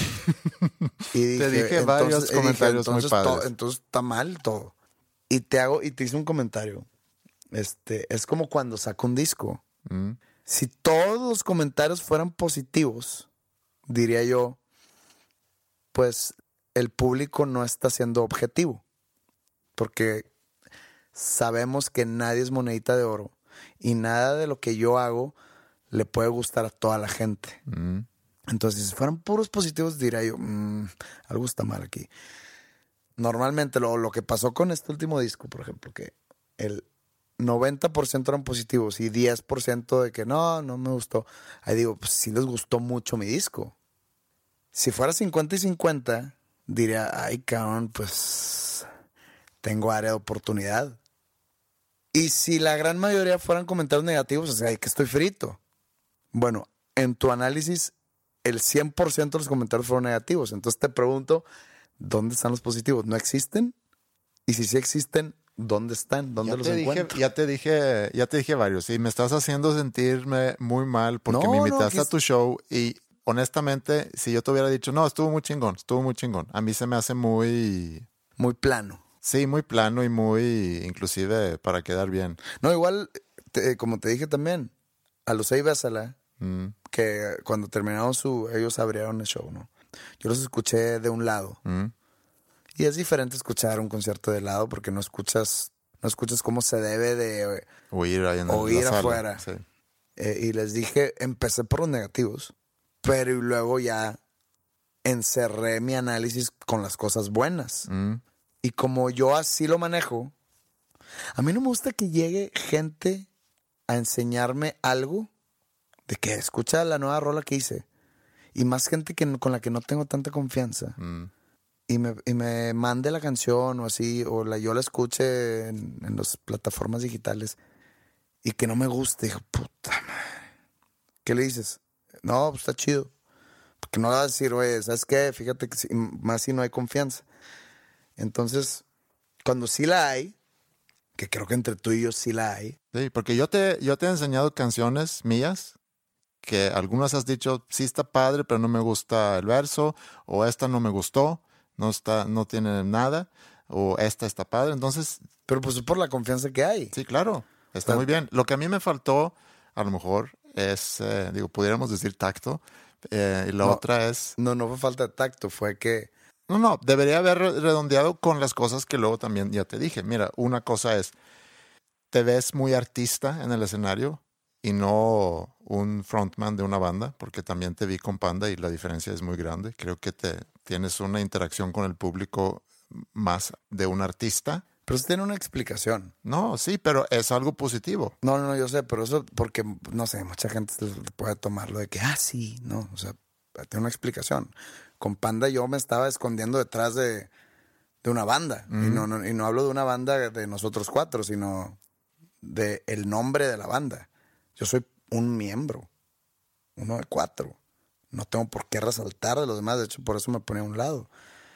Y dije, te dije entonces, varios comentarios dije, entonces, muy padres. To, entonces está mal todo. Y te hago, y te hice un comentario. Este, es como cuando saco un disco. Mm. Si todos los comentarios fueran positivos, diría yo, pues el público no está siendo objetivo. Porque sabemos que nadie es monedita de oro y nada de lo que yo hago le puede gustar a toda la gente. Mm. Entonces, si fueran puros positivos, diría yo, mmm, algo está mal aquí. Normalmente lo, lo que pasó con este último disco, por ejemplo, que el noventa por ciento eran positivos y diez por ciento de que no, no me gustó. Ahí digo, pues sí les gustó mucho mi disco. Si fuera cincuenta y cincuenta, diría, ay, cabrón, pues tengo área de oportunidad. Y si la gran mayoría fueran comentarios negativos, o sea, que estoy frito. Bueno, en tu análisis, el cien por ciento de los comentarios fueron negativos. Entonces te pregunto, ¿dónde están los positivos? ¿No existen? Y si sí existen, ¿dónde están? ¿Dónde ya los te encuentro? Dije, ya te dije, ya te dije varios. Y me estás haciendo sentirme muy mal porque No, me no, invitaste aquí a es- tu show y honestamente, si yo te hubiera dicho, no, estuvo muy chingón, estuvo muy chingón. A mí se me hace muy, Muy plano. sí, muy plano y muy, inclusive para quedar bien. No, igual, te- como te dije también, a los seis Bésala, Mm, que cuando terminaron su, ellos abrieron el show, ¿no? Yo los escuché de un lado. mm, Y es diferente escuchar un concierto de lado porque no escuchas, no escuchas cómo se debe de oír ahí en oír la sala. afuera. Sí. Eh, y les dije, empecé por los negativos, pero y luego ya encerré mi análisis con las cosas buenas. Mm, Y como yo así lo manejo, a mí no me gusta que llegue gente a enseñarme algo de que escucha la nueva rola que hice. Y más gente que, no- con la que no tengo tanta confianza. mm. Y me, y me mande la canción o así, o la, yo la escuche en, en las plataformas digitales y que no me guste. Dijo, puta madre. ¿Qué le dices? No, pues está chido. Porque no le vas a decir, oye, ¿sabes qué? Fíjate que si- más si no hay confianza. Entonces, cuando sí la hay, que creo que entre tú y yo sí la hay. Sí, porque yo te, yo te he enseñado canciones mías que algunas has dicho, sí está padre, pero no me gusta el verso, o esta no me gustó, no está, no tiene nada, o esta está padre. Entonces, Pero pues es por la confianza que hay. sí, claro, está Claro. muy bien. Lo que a mí me faltó, a lo mejor, es, eh, digo, pudiéramos decir tacto, eh, y la No. otra es, No, no fue falta de tacto, fue que... no, no, debería haber re- redondeado con las cosas que luego también ya te dije. Mira, una cosa es, te ves muy artista en el escenario y no un frontman de una banda, porque también te vi con Panda y la diferencia es muy grande. Creo que te tienes una interacción con el público más de un artista. Pero eso tiene una explicación. No, sí, pero es algo positivo. No, no, no, yo sé, pero eso porque, no sé, mucha gente se puede tomarlo de que, ah, sí, no, o sea, tiene una explicación. Con Panda yo me estaba escondiendo detrás de, de una banda. Y, no, no, y no hablo de una banda de nosotros cuatro, sino de el nombre de la banda. Yo soy un miembro, uno de cuatro. No tengo por qué resaltar de los demás, de hecho, por eso me ponía a un lado.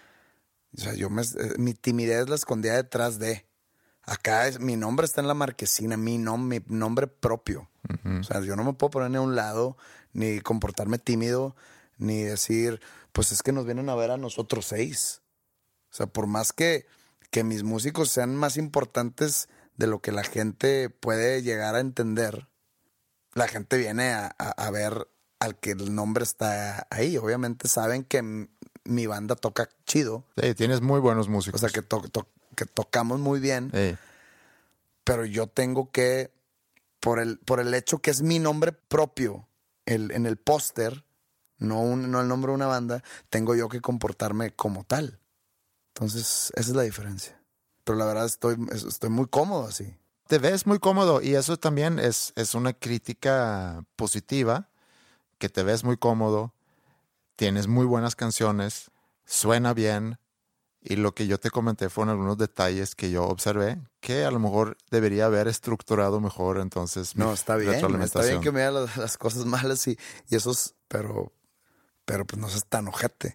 O sea, yo me, eh, mi timidez la escondía detrás de. Acá es, mi nombre está en la marquesina, mi, nom, mi nombre propio. O sea, yo no me puedo poner ni a un lado, ni comportarme tímido, ni decir, pues es que nos vienen a ver a nosotros seis. O sea, por más que, que mis músicos sean más importantes de lo que la gente puede llegar a entender, la gente viene a, a, a ver al que el nombre está ahí. Obviamente saben que m- mi banda toca chido, Sí, tienes muy buenos o músicos. sea, que, to- to- que tocamos muy bien, Sí. pero yo tengo que, por el, por el hecho que es mi nombre propio el, en el póster, no, un- no el nombre de una banda, tengo yo que comportarme como tal. Entonces, esa es la diferencia. Pero la verdad estoy, estoy muy cómodo así. Te ves muy cómodo y eso también es, es una crítica positiva, que te ves muy cómodo, tienes muy buenas canciones, suena bien y lo que yo te comenté fueron algunos detalles que yo observé que a lo mejor debería haber estructurado mejor, entonces mi No, está bien, está retroalimentación. bien que me digan las, las cosas malas y, y esos, pero, pero pues no seas tan ojete.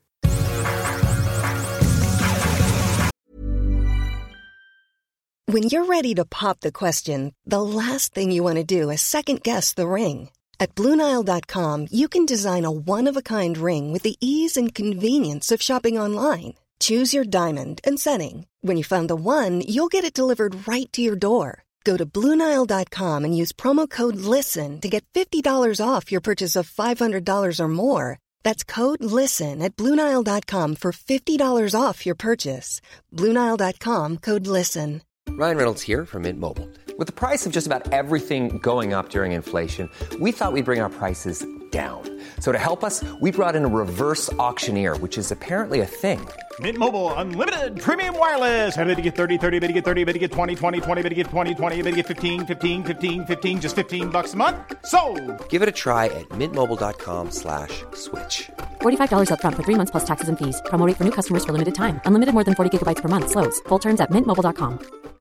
When you're ready to pop the question, the last thing you want to do is second-guess the ring. At Blue Nile dot com, you can design a one-of-a-kind ring with the ease and convenience of shopping online. Choose your diamond and setting. When you find the one, you'll get it delivered right to your door. Go to Blue Nile dot com and use promo code LISTEN to get fifty dollars off your purchase of five hundred dollars or more. That's code LISTEN at Blue Nile dot com for fifty dollars off your purchase. Blue Nile dot com, code LISTEN. Ryan Reynolds here from Mint Mobile. With the price of just about everything going up during inflation, we thought we'd bring our prices down. So to help us, we brought in a reverse auctioneer, which is apparently a thing. Mint Mobile Unlimited Premium Wireless. How to get thirty, thirty, how to get thirty, how to get twenty, twenty, twenty, how to get twenty, twenty, how to get fifteen, fifteen, fifteen, fifteen, just fifteen bucks a month? Sold! Give it a try at mintmobile.com slash switch. forty-five dollars up front for three months plus taxes and fees. Promo rate for new customers for limited time. Unlimited more than forty gigabytes per month. Slows full terms at mint mobile dot com.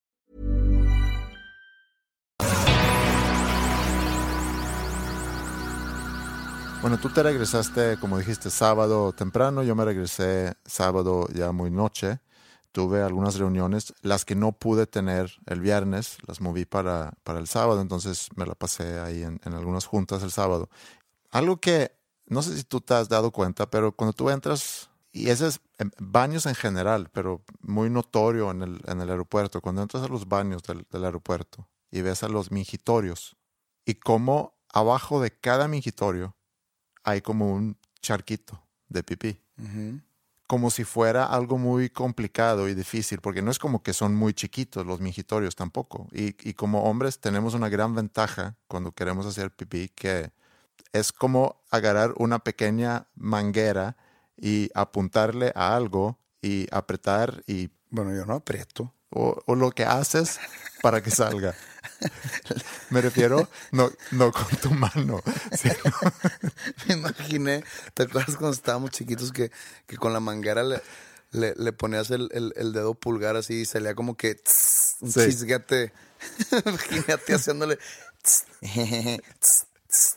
Bueno, tú te regresaste, como dijiste, sábado temprano. Yo me regresé sábado ya muy noche. Tuve algunas reuniones. Las que no pude tener el viernes, las moví para, para el sábado. Entonces me la pasé ahí en, en algunas juntas el sábado. Algo que, no sé si tú te has dado cuenta, pero cuando tú entras, y ese es en baños en general, pero muy notorio en el, en el aeropuerto, cuando entras a los baños del, del aeropuerto y ves a los mingitorios, y cómo abajo de cada mingitorio hay como un charquito de pipí. Uh-huh. Como si fuera algo muy complicado y difícil, porque no es como que son muy chiquitos los mingitorios tampoco. Y, y como hombres tenemos una gran ventaja cuando queremos hacer pipí, que es como agarrar una pequeña manguera y apuntarle a algo y apretar y... Bueno, yo no aprieto. O, o lo que haces para que salga. Me refiero, no, no con tu mano. Sino... Me imaginé, ¿te acuerdas cuando estábamos chiquitos que, que con la manguera le, le, le ponías el, el, el dedo pulgar así y salía como que tss, un sí. chisguete? Imagínate haciéndole tss, tss, tss.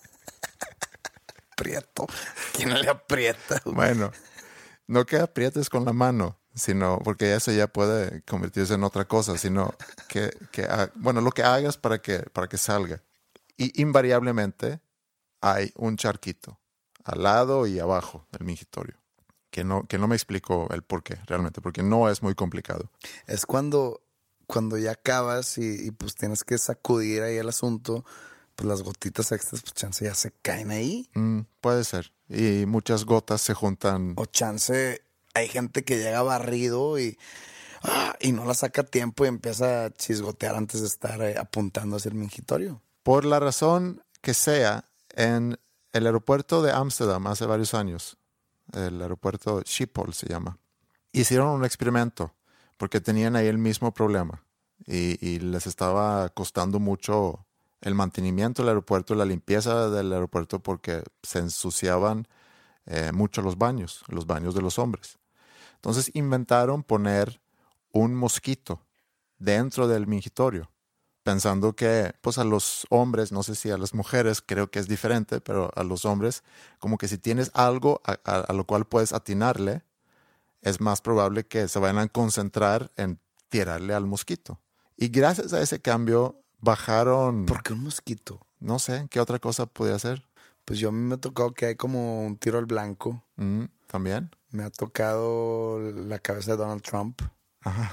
Aprieto. ¿Quién le aprieta? Bueno, no que aprietes con la mano, sino porque eso ya puede convertirse en otra cosa, sino que, que bueno, lo que hagas para que, para que salga. Y invariablemente hay un charquito al lado y abajo del mingitorio, que no, que no me explico el por qué realmente, porque no es muy complicado. Es cuando, cuando ya acabas y, y pues tienes que sacudir ahí el asunto, pues las gotitas extras, pues chance ya se caen ahí. Mm, puede ser. Y muchas gotas se juntan. O chance... Hay gente que llega barrido y, ah, y no la saca a tiempo y empieza a chisgotear antes de estar eh, apuntando hacia el mingitorio. Por la razón que sea, en el aeropuerto de Ámsterdam hace varios años, el aeropuerto Schiphol se llama, hicieron un experimento porque tenían ahí el mismo problema y, y les estaba costando mucho el mantenimiento del aeropuerto, la limpieza del aeropuerto, porque se ensuciaban eh, mucho los baños, los baños de los hombres. Entonces inventaron poner un mosquito dentro del mingitorio, pensando que pues a los hombres, no sé si a las mujeres, creo que es diferente, pero a los hombres, como que si tienes algo a, a, a lo cual puedes atinarle, es más probable que se vayan a concentrar en tirarle al mosquito. Y gracias a ese cambio bajaron... ¿Por qué un mosquito? No sé, ¿qué otra cosa podía hacer? Pues yo a mí me ha tocado que hay como un tiro al blanco. Mm, ¿También? Me ha tocado la cabeza de Donald Trump. Ajá.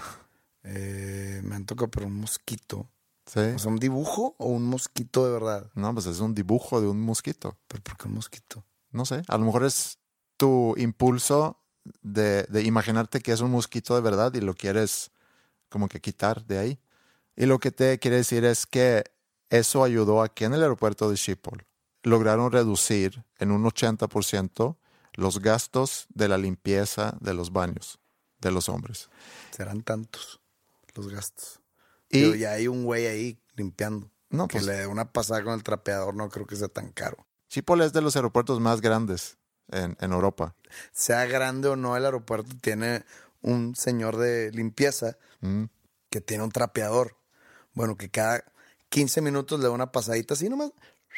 Eh, me han tocado pero un mosquito. Sí. O sea, ¿un dibujo o un mosquito de verdad? No, pues es un dibujo de un mosquito. ¿Pero por qué un mosquito? No sé, a lo mejor es tu impulso de, de imaginarte que es un mosquito de verdad y lo quieres como que quitar de ahí. Y lo que te quiere decir es que eso ayudó a que en el aeropuerto de Schiphol lograron reducir en un ochenta por ciento los gastos de la limpieza de los baños de los hombres. Serán tantos los gastos. Y pero ya hay un güey ahí limpiando. No, que pues, le dé una pasada con el trapeador, no creo que sea tan caro. Schiphol es de los aeropuertos más grandes en, en Europa. Sea grande o no, el aeropuerto tiene un señor de limpieza mm. que tiene un trapeador. Bueno, que cada quince minutos le da una pasadita así nomás.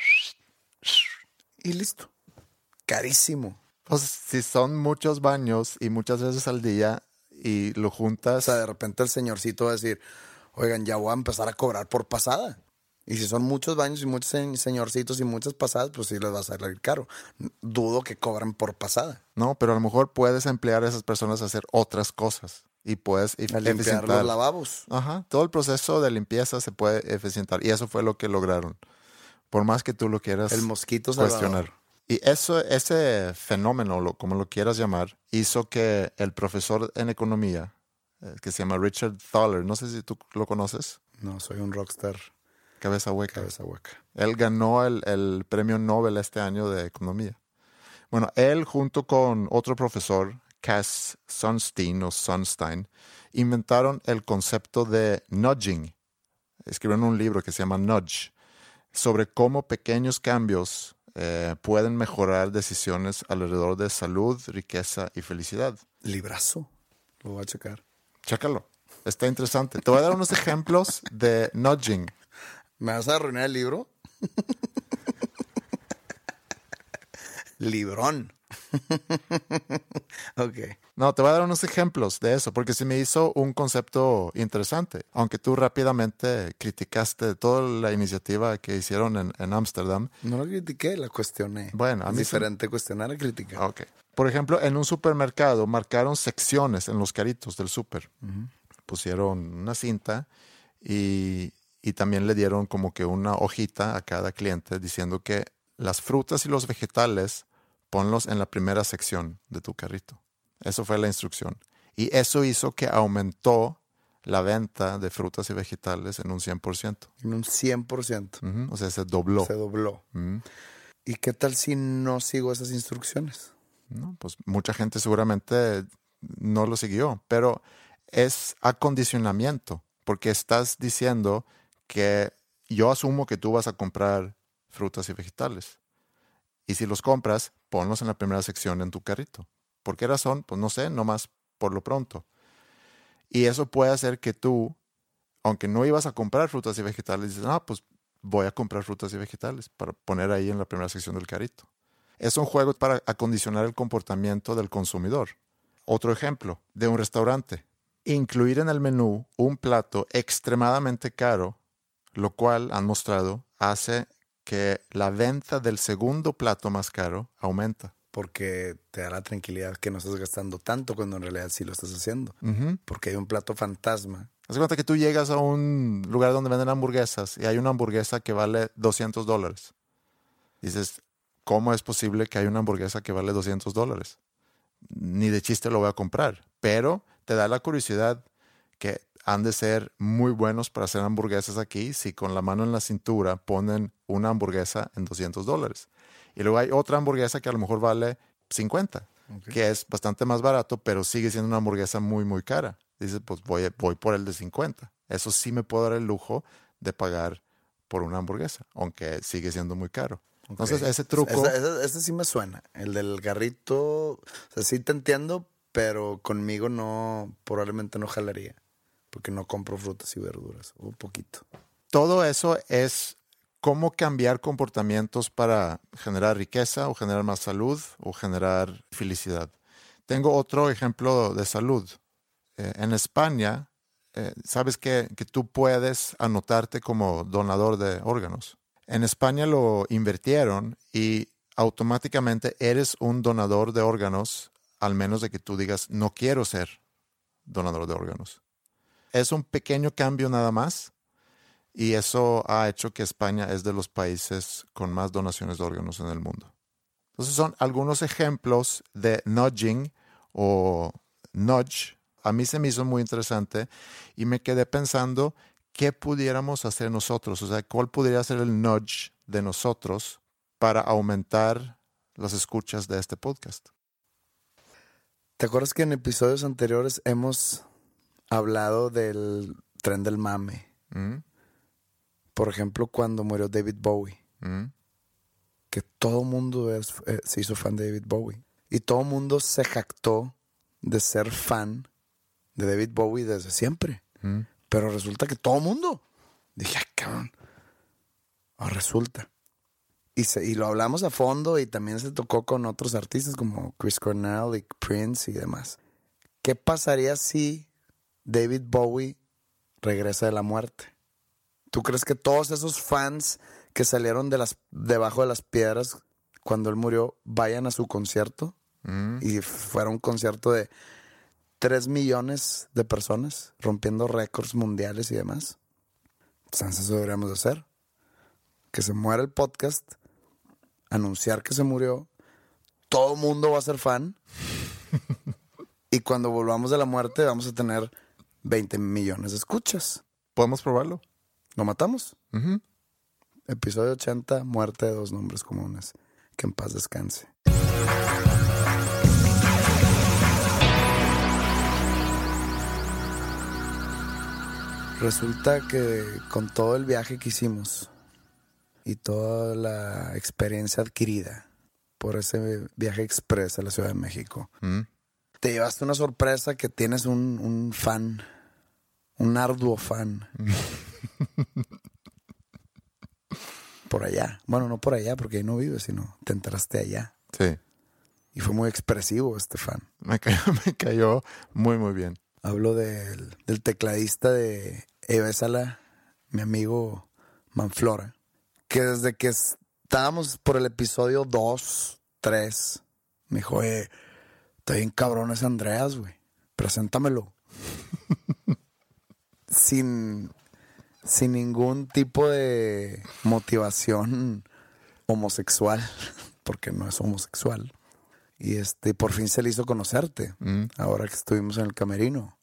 Y listo. Carísimo. Pues si son muchos baños y muchas veces al día y lo juntas... O sea, de repente el señorcito va a decir, oigan, ya voy a empezar a cobrar por pasada. Y si son muchos baños y muchos señorcitos y muchas pasadas, pues sí les va a salir caro. Dudo que cobren por pasada. No, pero a lo mejor puedes emplear a esas personas a hacer otras cosas. Y puedes a limpiar los lavabos. Ajá, todo el proceso de limpieza se puede eficientar. Y eso fue lo que lograron. Por más que tú lo quieras el mosquito cuestionar. Salvador. Y eso, ese fenómeno, lo, como lo quieras llamar, hizo que el profesor en economía, eh, que se llama Richard Thaler, no sé si tú lo conoces. No, soy un rockstar. cabeza hueca. Cabeza hueca. Él ganó el, el premio Nobel este año de economía. Bueno, él junto con otro profesor, Cass Sunstein o Sunstein, inventaron el concepto de nudging. Escribieron un libro que se llama Nudge, sobre cómo pequeños cambios eh, pueden mejorar decisiones alrededor de salud, riqueza y felicidad. Librazo. Lo voy a checar. Chécalo. Está interesante. Te voy a dar unos ejemplos de nudging. ¿Me vas a arruinar el libro? Librón. Ok. No, te voy a dar unos ejemplos de eso, porque se me hizo un concepto interesante. Aunque tú rápidamente criticaste toda la iniciativa que hicieron en Ámsterdam. No lo critiqué, la cuestioné. Bueno, a es mí diferente se... cuestionar a criticar. Ok. Por ejemplo, en un supermercado marcaron secciones en los carritos del súper. Uh-huh. Pusieron una cinta y, y también le dieron como que una hojita a cada cliente diciendo que las frutas y los vegetales ponlos en la primera sección de tu carrito. Eso fue la instrucción. Y eso hizo que aumentó la venta de frutas y vegetales en un cien por ciento. En un cien por ciento. Uh-huh. O sea, se dobló. Se dobló. Uh-huh. ¿Y qué tal si no sigo esas instrucciones? No, pues mucha gente seguramente no lo siguió, pero es acondicionamiento, porque estás diciendo que yo asumo que tú vas a comprar frutas y vegetales. Y si los compras, ponlos en la primera sección en tu carrito. ¿Por qué razón? Pues no sé, nomás por lo pronto. Y eso puede hacer que tú, aunque no ibas a comprar frutas y vegetales, dices, ah, pues voy a comprar frutas y vegetales para poner ahí en la primera sección del carrito. Es un juego para acondicionar el comportamiento del consumidor. Otro ejemplo de un restaurante. Incluir en el menú un plato extremadamente caro, lo cual han mostrado hace que la venta del segundo plato más caro aumenta. Porque te da la tranquilidad que no estás gastando tanto cuando en realidad sí lo estás haciendo. Uh-huh. Porque hay un plato fantasma. Haz de cuenta que tú llegas a un lugar donde venden hamburguesas y hay una hamburguesa que vale doscientos dólares. Dices, ¿cómo es posible que hay una hamburguesa que vale doscientos dólares? Ni de chiste lo voy a comprar. Pero te da la curiosidad que han de ser muy buenos para hacer hamburguesas aquí si con la mano en la cintura ponen una hamburguesa en doscientos dólares. Y luego hay otra hamburguesa que a lo mejor vale cincuenta, okay, que es bastante más barato, pero sigue siendo una hamburguesa muy, muy cara. Dices, pues voy, voy por el de cincuenta. Eso sí me puedo dar el lujo de pagar por una hamburguesa, aunque sigue siendo muy caro. Okay. Entonces, ese truco... Ese, ese, ese sí me suena. El del garrito, o sea, sí te entiendo, pero conmigo no, probablemente no jalaría. Porque no compro frutas y verduras, un poquito. Todo eso es cómo cambiar comportamientos para generar riqueza o generar más salud o generar felicidad. Tengo otro ejemplo de salud. Eh, en España, eh, sabes que, que tú puedes anotarte como donador de órganos. En España lo invirtieron y automáticamente eres un donador de órganos, al menos de que tú digas, no quiero ser donador de órganos. Es un pequeño cambio nada más y eso ha hecho que España es de los países con más donaciones de órganos en el mundo. Entonces son algunos ejemplos de nudging o nudge. A mí se me hizo muy interesante y me quedé pensando qué pudiéramos hacer nosotros, o sea, cuál podría ser el nudge de nosotros para aumentar las escuchas de este podcast. ¿Te acuerdas que en episodios anteriores hemos hablado del tren del mame? ¿Mm? Por ejemplo, cuando murió David Bowie. ¿Mm? Que todo mundo es, eh, se hizo fan de David Bowie. Y todo mundo se jactó de ser fan de David Bowie desde siempre. ¿Mm? Pero resulta que todo mundo. Dije, cabrón. O resulta. Y, se, y lo hablamos a fondo y también se tocó con otros artistas como Chris Cornell y Prince y demás. ¿Qué pasaría si David Bowie regresa de la muerte? ¿Tú crees que todos esos fans que salieron de las, debajo de las piedras cuando él murió vayan a su concierto? Mm. Y fuera un concierto de tres millones de personas rompiendo récords mundiales y demás. Entonces eso deberíamos hacer. Que se muera el podcast, anunciar que se murió, todo el mundo va a ser fan y cuando volvamos de la muerte vamos a tener veinte millones de escuchas. ¿Podemos probarlo? ¿Lo matamos? Uh-huh. Episodio ochenta, muerte de dos nombres comunes. Que en paz descanse. Resulta que con todo el viaje que hicimos y toda la experiencia adquirida por ese viaje express a la Ciudad de México, ¿Mm? te llevaste una sorpresa que tienes un, un fan, un arduo fan. Por allá. Bueno, no por allá, porque ahí no vives, sino te enteraste allá. Sí. Y fue muy expresivo este fan. Me cayó, me cayó muy, muy bien. Hablo del, del tecladista de Evesala, mi amigo Manflora, que desde que estábamos por el episodio dos, tres, me dijo, eh, está bien cabrón ese Andreas, güey. Preséntamelo. sin, sin ningún tipo de motivación homosexual, porque no es homosexual. Y este, por fin se le hizo conocerte, mm. ahora que estuvimos en el camerino.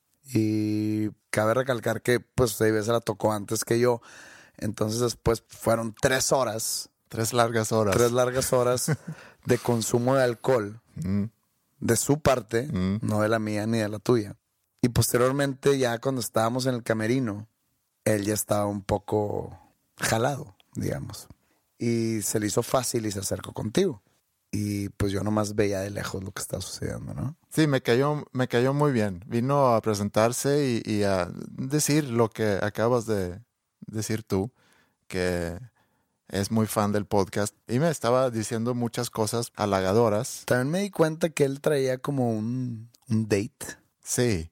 Y cabe recalcar que, pues, David se la tocó antes que yo. Entonces, después fueron tres horas. Tres largas horas. Tres largas horas de consumo de alcohol. Mm. De su parte, mm. no de la mía ni de la tuya. Y posteriormente, ya cuando estábamos en el camerino, él ya estaba un poco jalado, digamos. Y se le hizo fácil y se acercó contigo. Y pues yo nomás veía de lejos lo que estaba sucediendo, ¿no? Sí, me cayó, me cayó muy bien. Vino a presentarse y, y a decir lo que acabas de decir tú, que es muy fan del podcast. Y me estaba diciendo muchas cosas halagadoras. También me di cuenta que él traía como un, un date. Sí.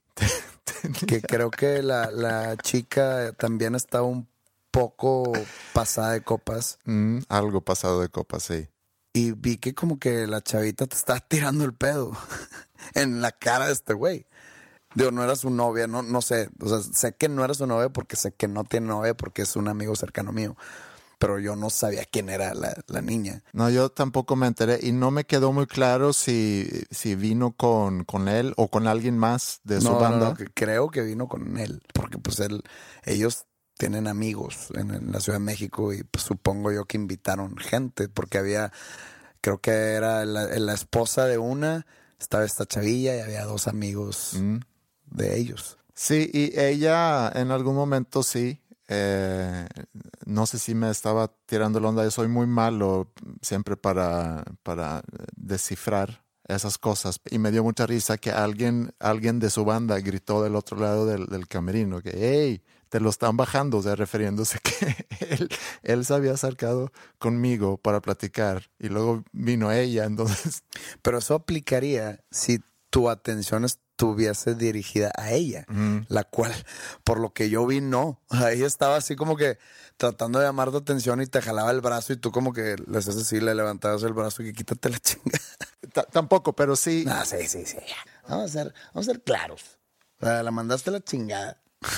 Que creo que la, la chica también estaba un poco pasada de copas. Mm, algo pasado de copas, sí. Y vi que como que la chavita te estaba tirando el pedo en la cara de este güey. Digo, no era su novia, no, no sé. O sea, sé que no era su novia porque sé que no tiene novia porque es un amigo cercano mío. Pero yo no sabía quién era la, la niña. No, yo tampoco me enteré y no me quedó muy claro si, si vino con, con él o con alguien más de su no, banda. No, no, que creo que vino con él. Porque pues él, ellos tienen amigos en, en la Ciudad de México y pues, supongo yo que invitaron gente porque había, creo que era la, la esposa de una, estaba esta chavilla y había dos amigos mm. de ellos. Sí, y ella en algún momento sí, eh, no sé si me estaba tirando la onda, yo soy muy malo siempre para, para descifrar esas cosas. Y me dio mucha risa que alguien, alguien de su banda gritó del otro lado del, del camerino que ¡hey! Te lo están bajando, o sea, refiriéndose que él, él se había acercado conmigo para platicar y luego vino ella, entonces... Pero eso aplicaría si tu atención estuviese dirigida a ella, mm. la cual, por lo que yo vi, no. Ella estaba así como que tratando de llamar tu atención y te jalaba el brazo y tú como que le haces así, le levantabas el brazo y que quítate la chinga. T- tampoco, pero sí... No, sí, sí, sí. Vamos a ser, vamos a ser claros. O sea, la mandaste la chingada.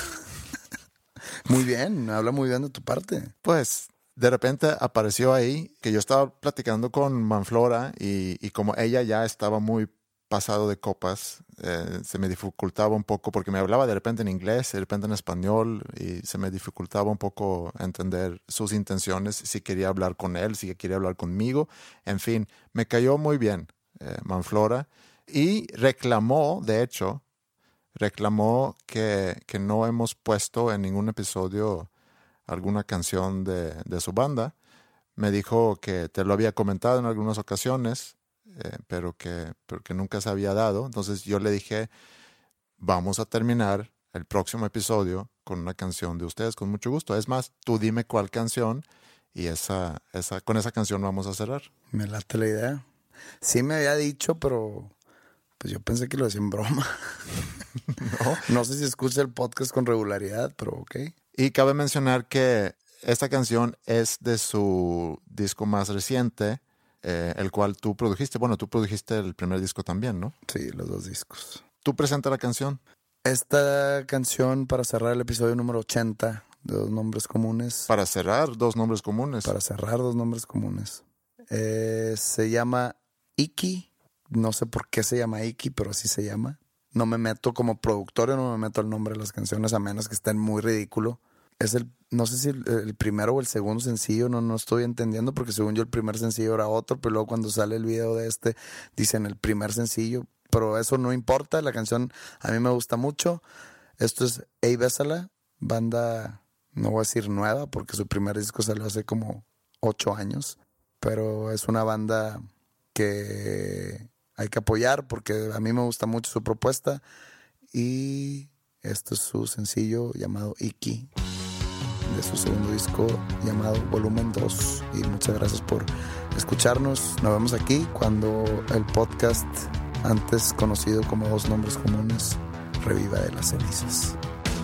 Muy bien, habla muy bien de tu parte. Pues de repente apareció ahí que yo estaba platicando con Manflora y, y como ella ya estaba muy pasado de copas, eh, se me dificultaba un poco porque me hablaba de repente en inglés, de repente en español y se me dificultaba un poco entender sus intenciones, si quería hablar con él, si quería hablar conmigo. En fin, me cayó muy bien eh, Manflora y reclamó, de hecho, reclamó que, que no hemos puesto en ningún episodio alguna canción de, de su banda. Me dijo que te lo había comentado en algunas ocasiones, eh, pero, que, pero que nunca se había dado. Entonces yo le dije, vamos a terminar el próximo episodio con una canción de ustedes, con mucho gusto. Es más, tú dime cuál canción y esa, esa, con esa canción vamos a cerrar. Me late la idea. Sí me había dicho, pero... pues yo pensé que lo decía en broma. No. No sé si escucha el podcast con regularidad, pero ok. Y cabe mencionar que esta canción es de su disco más reciente, eh, el cual tú produjiste. Bueno, tú produjiste el primer disco también, ¿no? Sí, los dos discos. ¿Tú presentas la canción? Esta canción para cerrar el episodio número ochenta de Dos Nombres Comunes. Para cerrar Dos Nombres Comunes. Para cerrar Dos Nombres Comunes. Eh, se llama Iki. No sé por qué se llama Iki, pero así se llama. No me meto como productor, yo no me meto el nombre de las canciones a menos que estén muy ridículo. es el, no sé si el, el primero o el segundo sencillo, no, no estoy entendiendo, porque según yo el primer sencillo era otro, pero luego cuando sale el video de este dicen el primer sencillo, pero eso no importa, la canción a mí me gusta mucho. Esto es Ey Bésala, banda, no voy a decir nueva, porque su primer disco salió hace como ocho años, pero es una banda que hay que apoyar porque a mí me gusta mucho su propuesta, y esto es su sencillo llamado Iki, de su segundo disco llamado Volumen dos. Y muchas gracias por escucharnos. Nos vemos aquí cuando el podcast, antes conocido como Dos Nombres Comunes, reviva de las cenizas.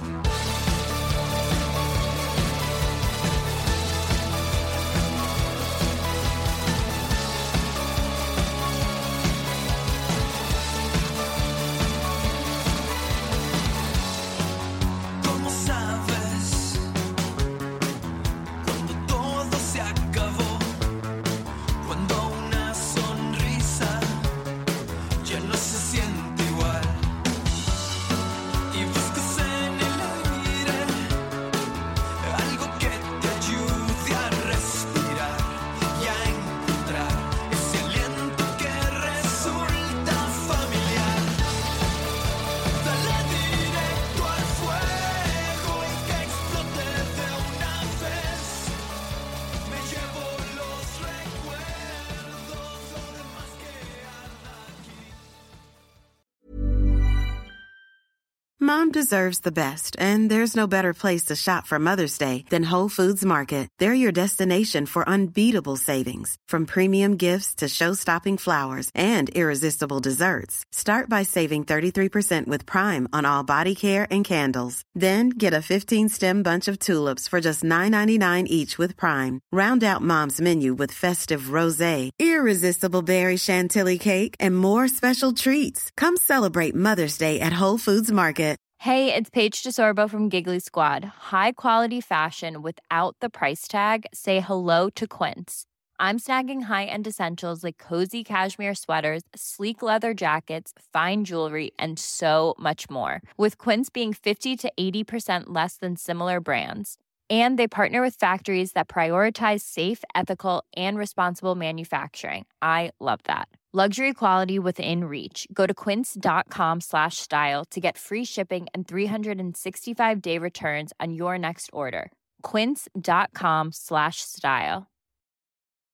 Mom deserves the best, and there's no better place to shop for Mother's Day than Whole Foods Market. They're your destination for unbeatable savings, from premium gifts to show-stopping flowers and irresistible desserts. Start by saving thirty-three percent with Prime on all body care and candles. Then get a fifteen-stem bunch of tulips for just nine ninety-nine each with Prime. Round out Mom's menu with festive rosé, irresistible berry chantilly cake, and more special treats. Come celebrate Mother's Day at Whole Foods Market. Hey, it's Paige DeSorbo from Giggly Squad. High quality fashion without the price tag. Say hello to Quince. I'm snagging high-end essentials like cozy cashmere sweaters, sleek leather jackets, fine jewelry, and so much more. With Quince being fifty to eighty percent less than similar brands. And they partner with factories that prioritize safe, ethical, and responsible manufacturing. I love that. Luxury quality within reach. Go to quince.com slash style to get free shipping and three sixty-five day returns on your next order. Quince.com slash style.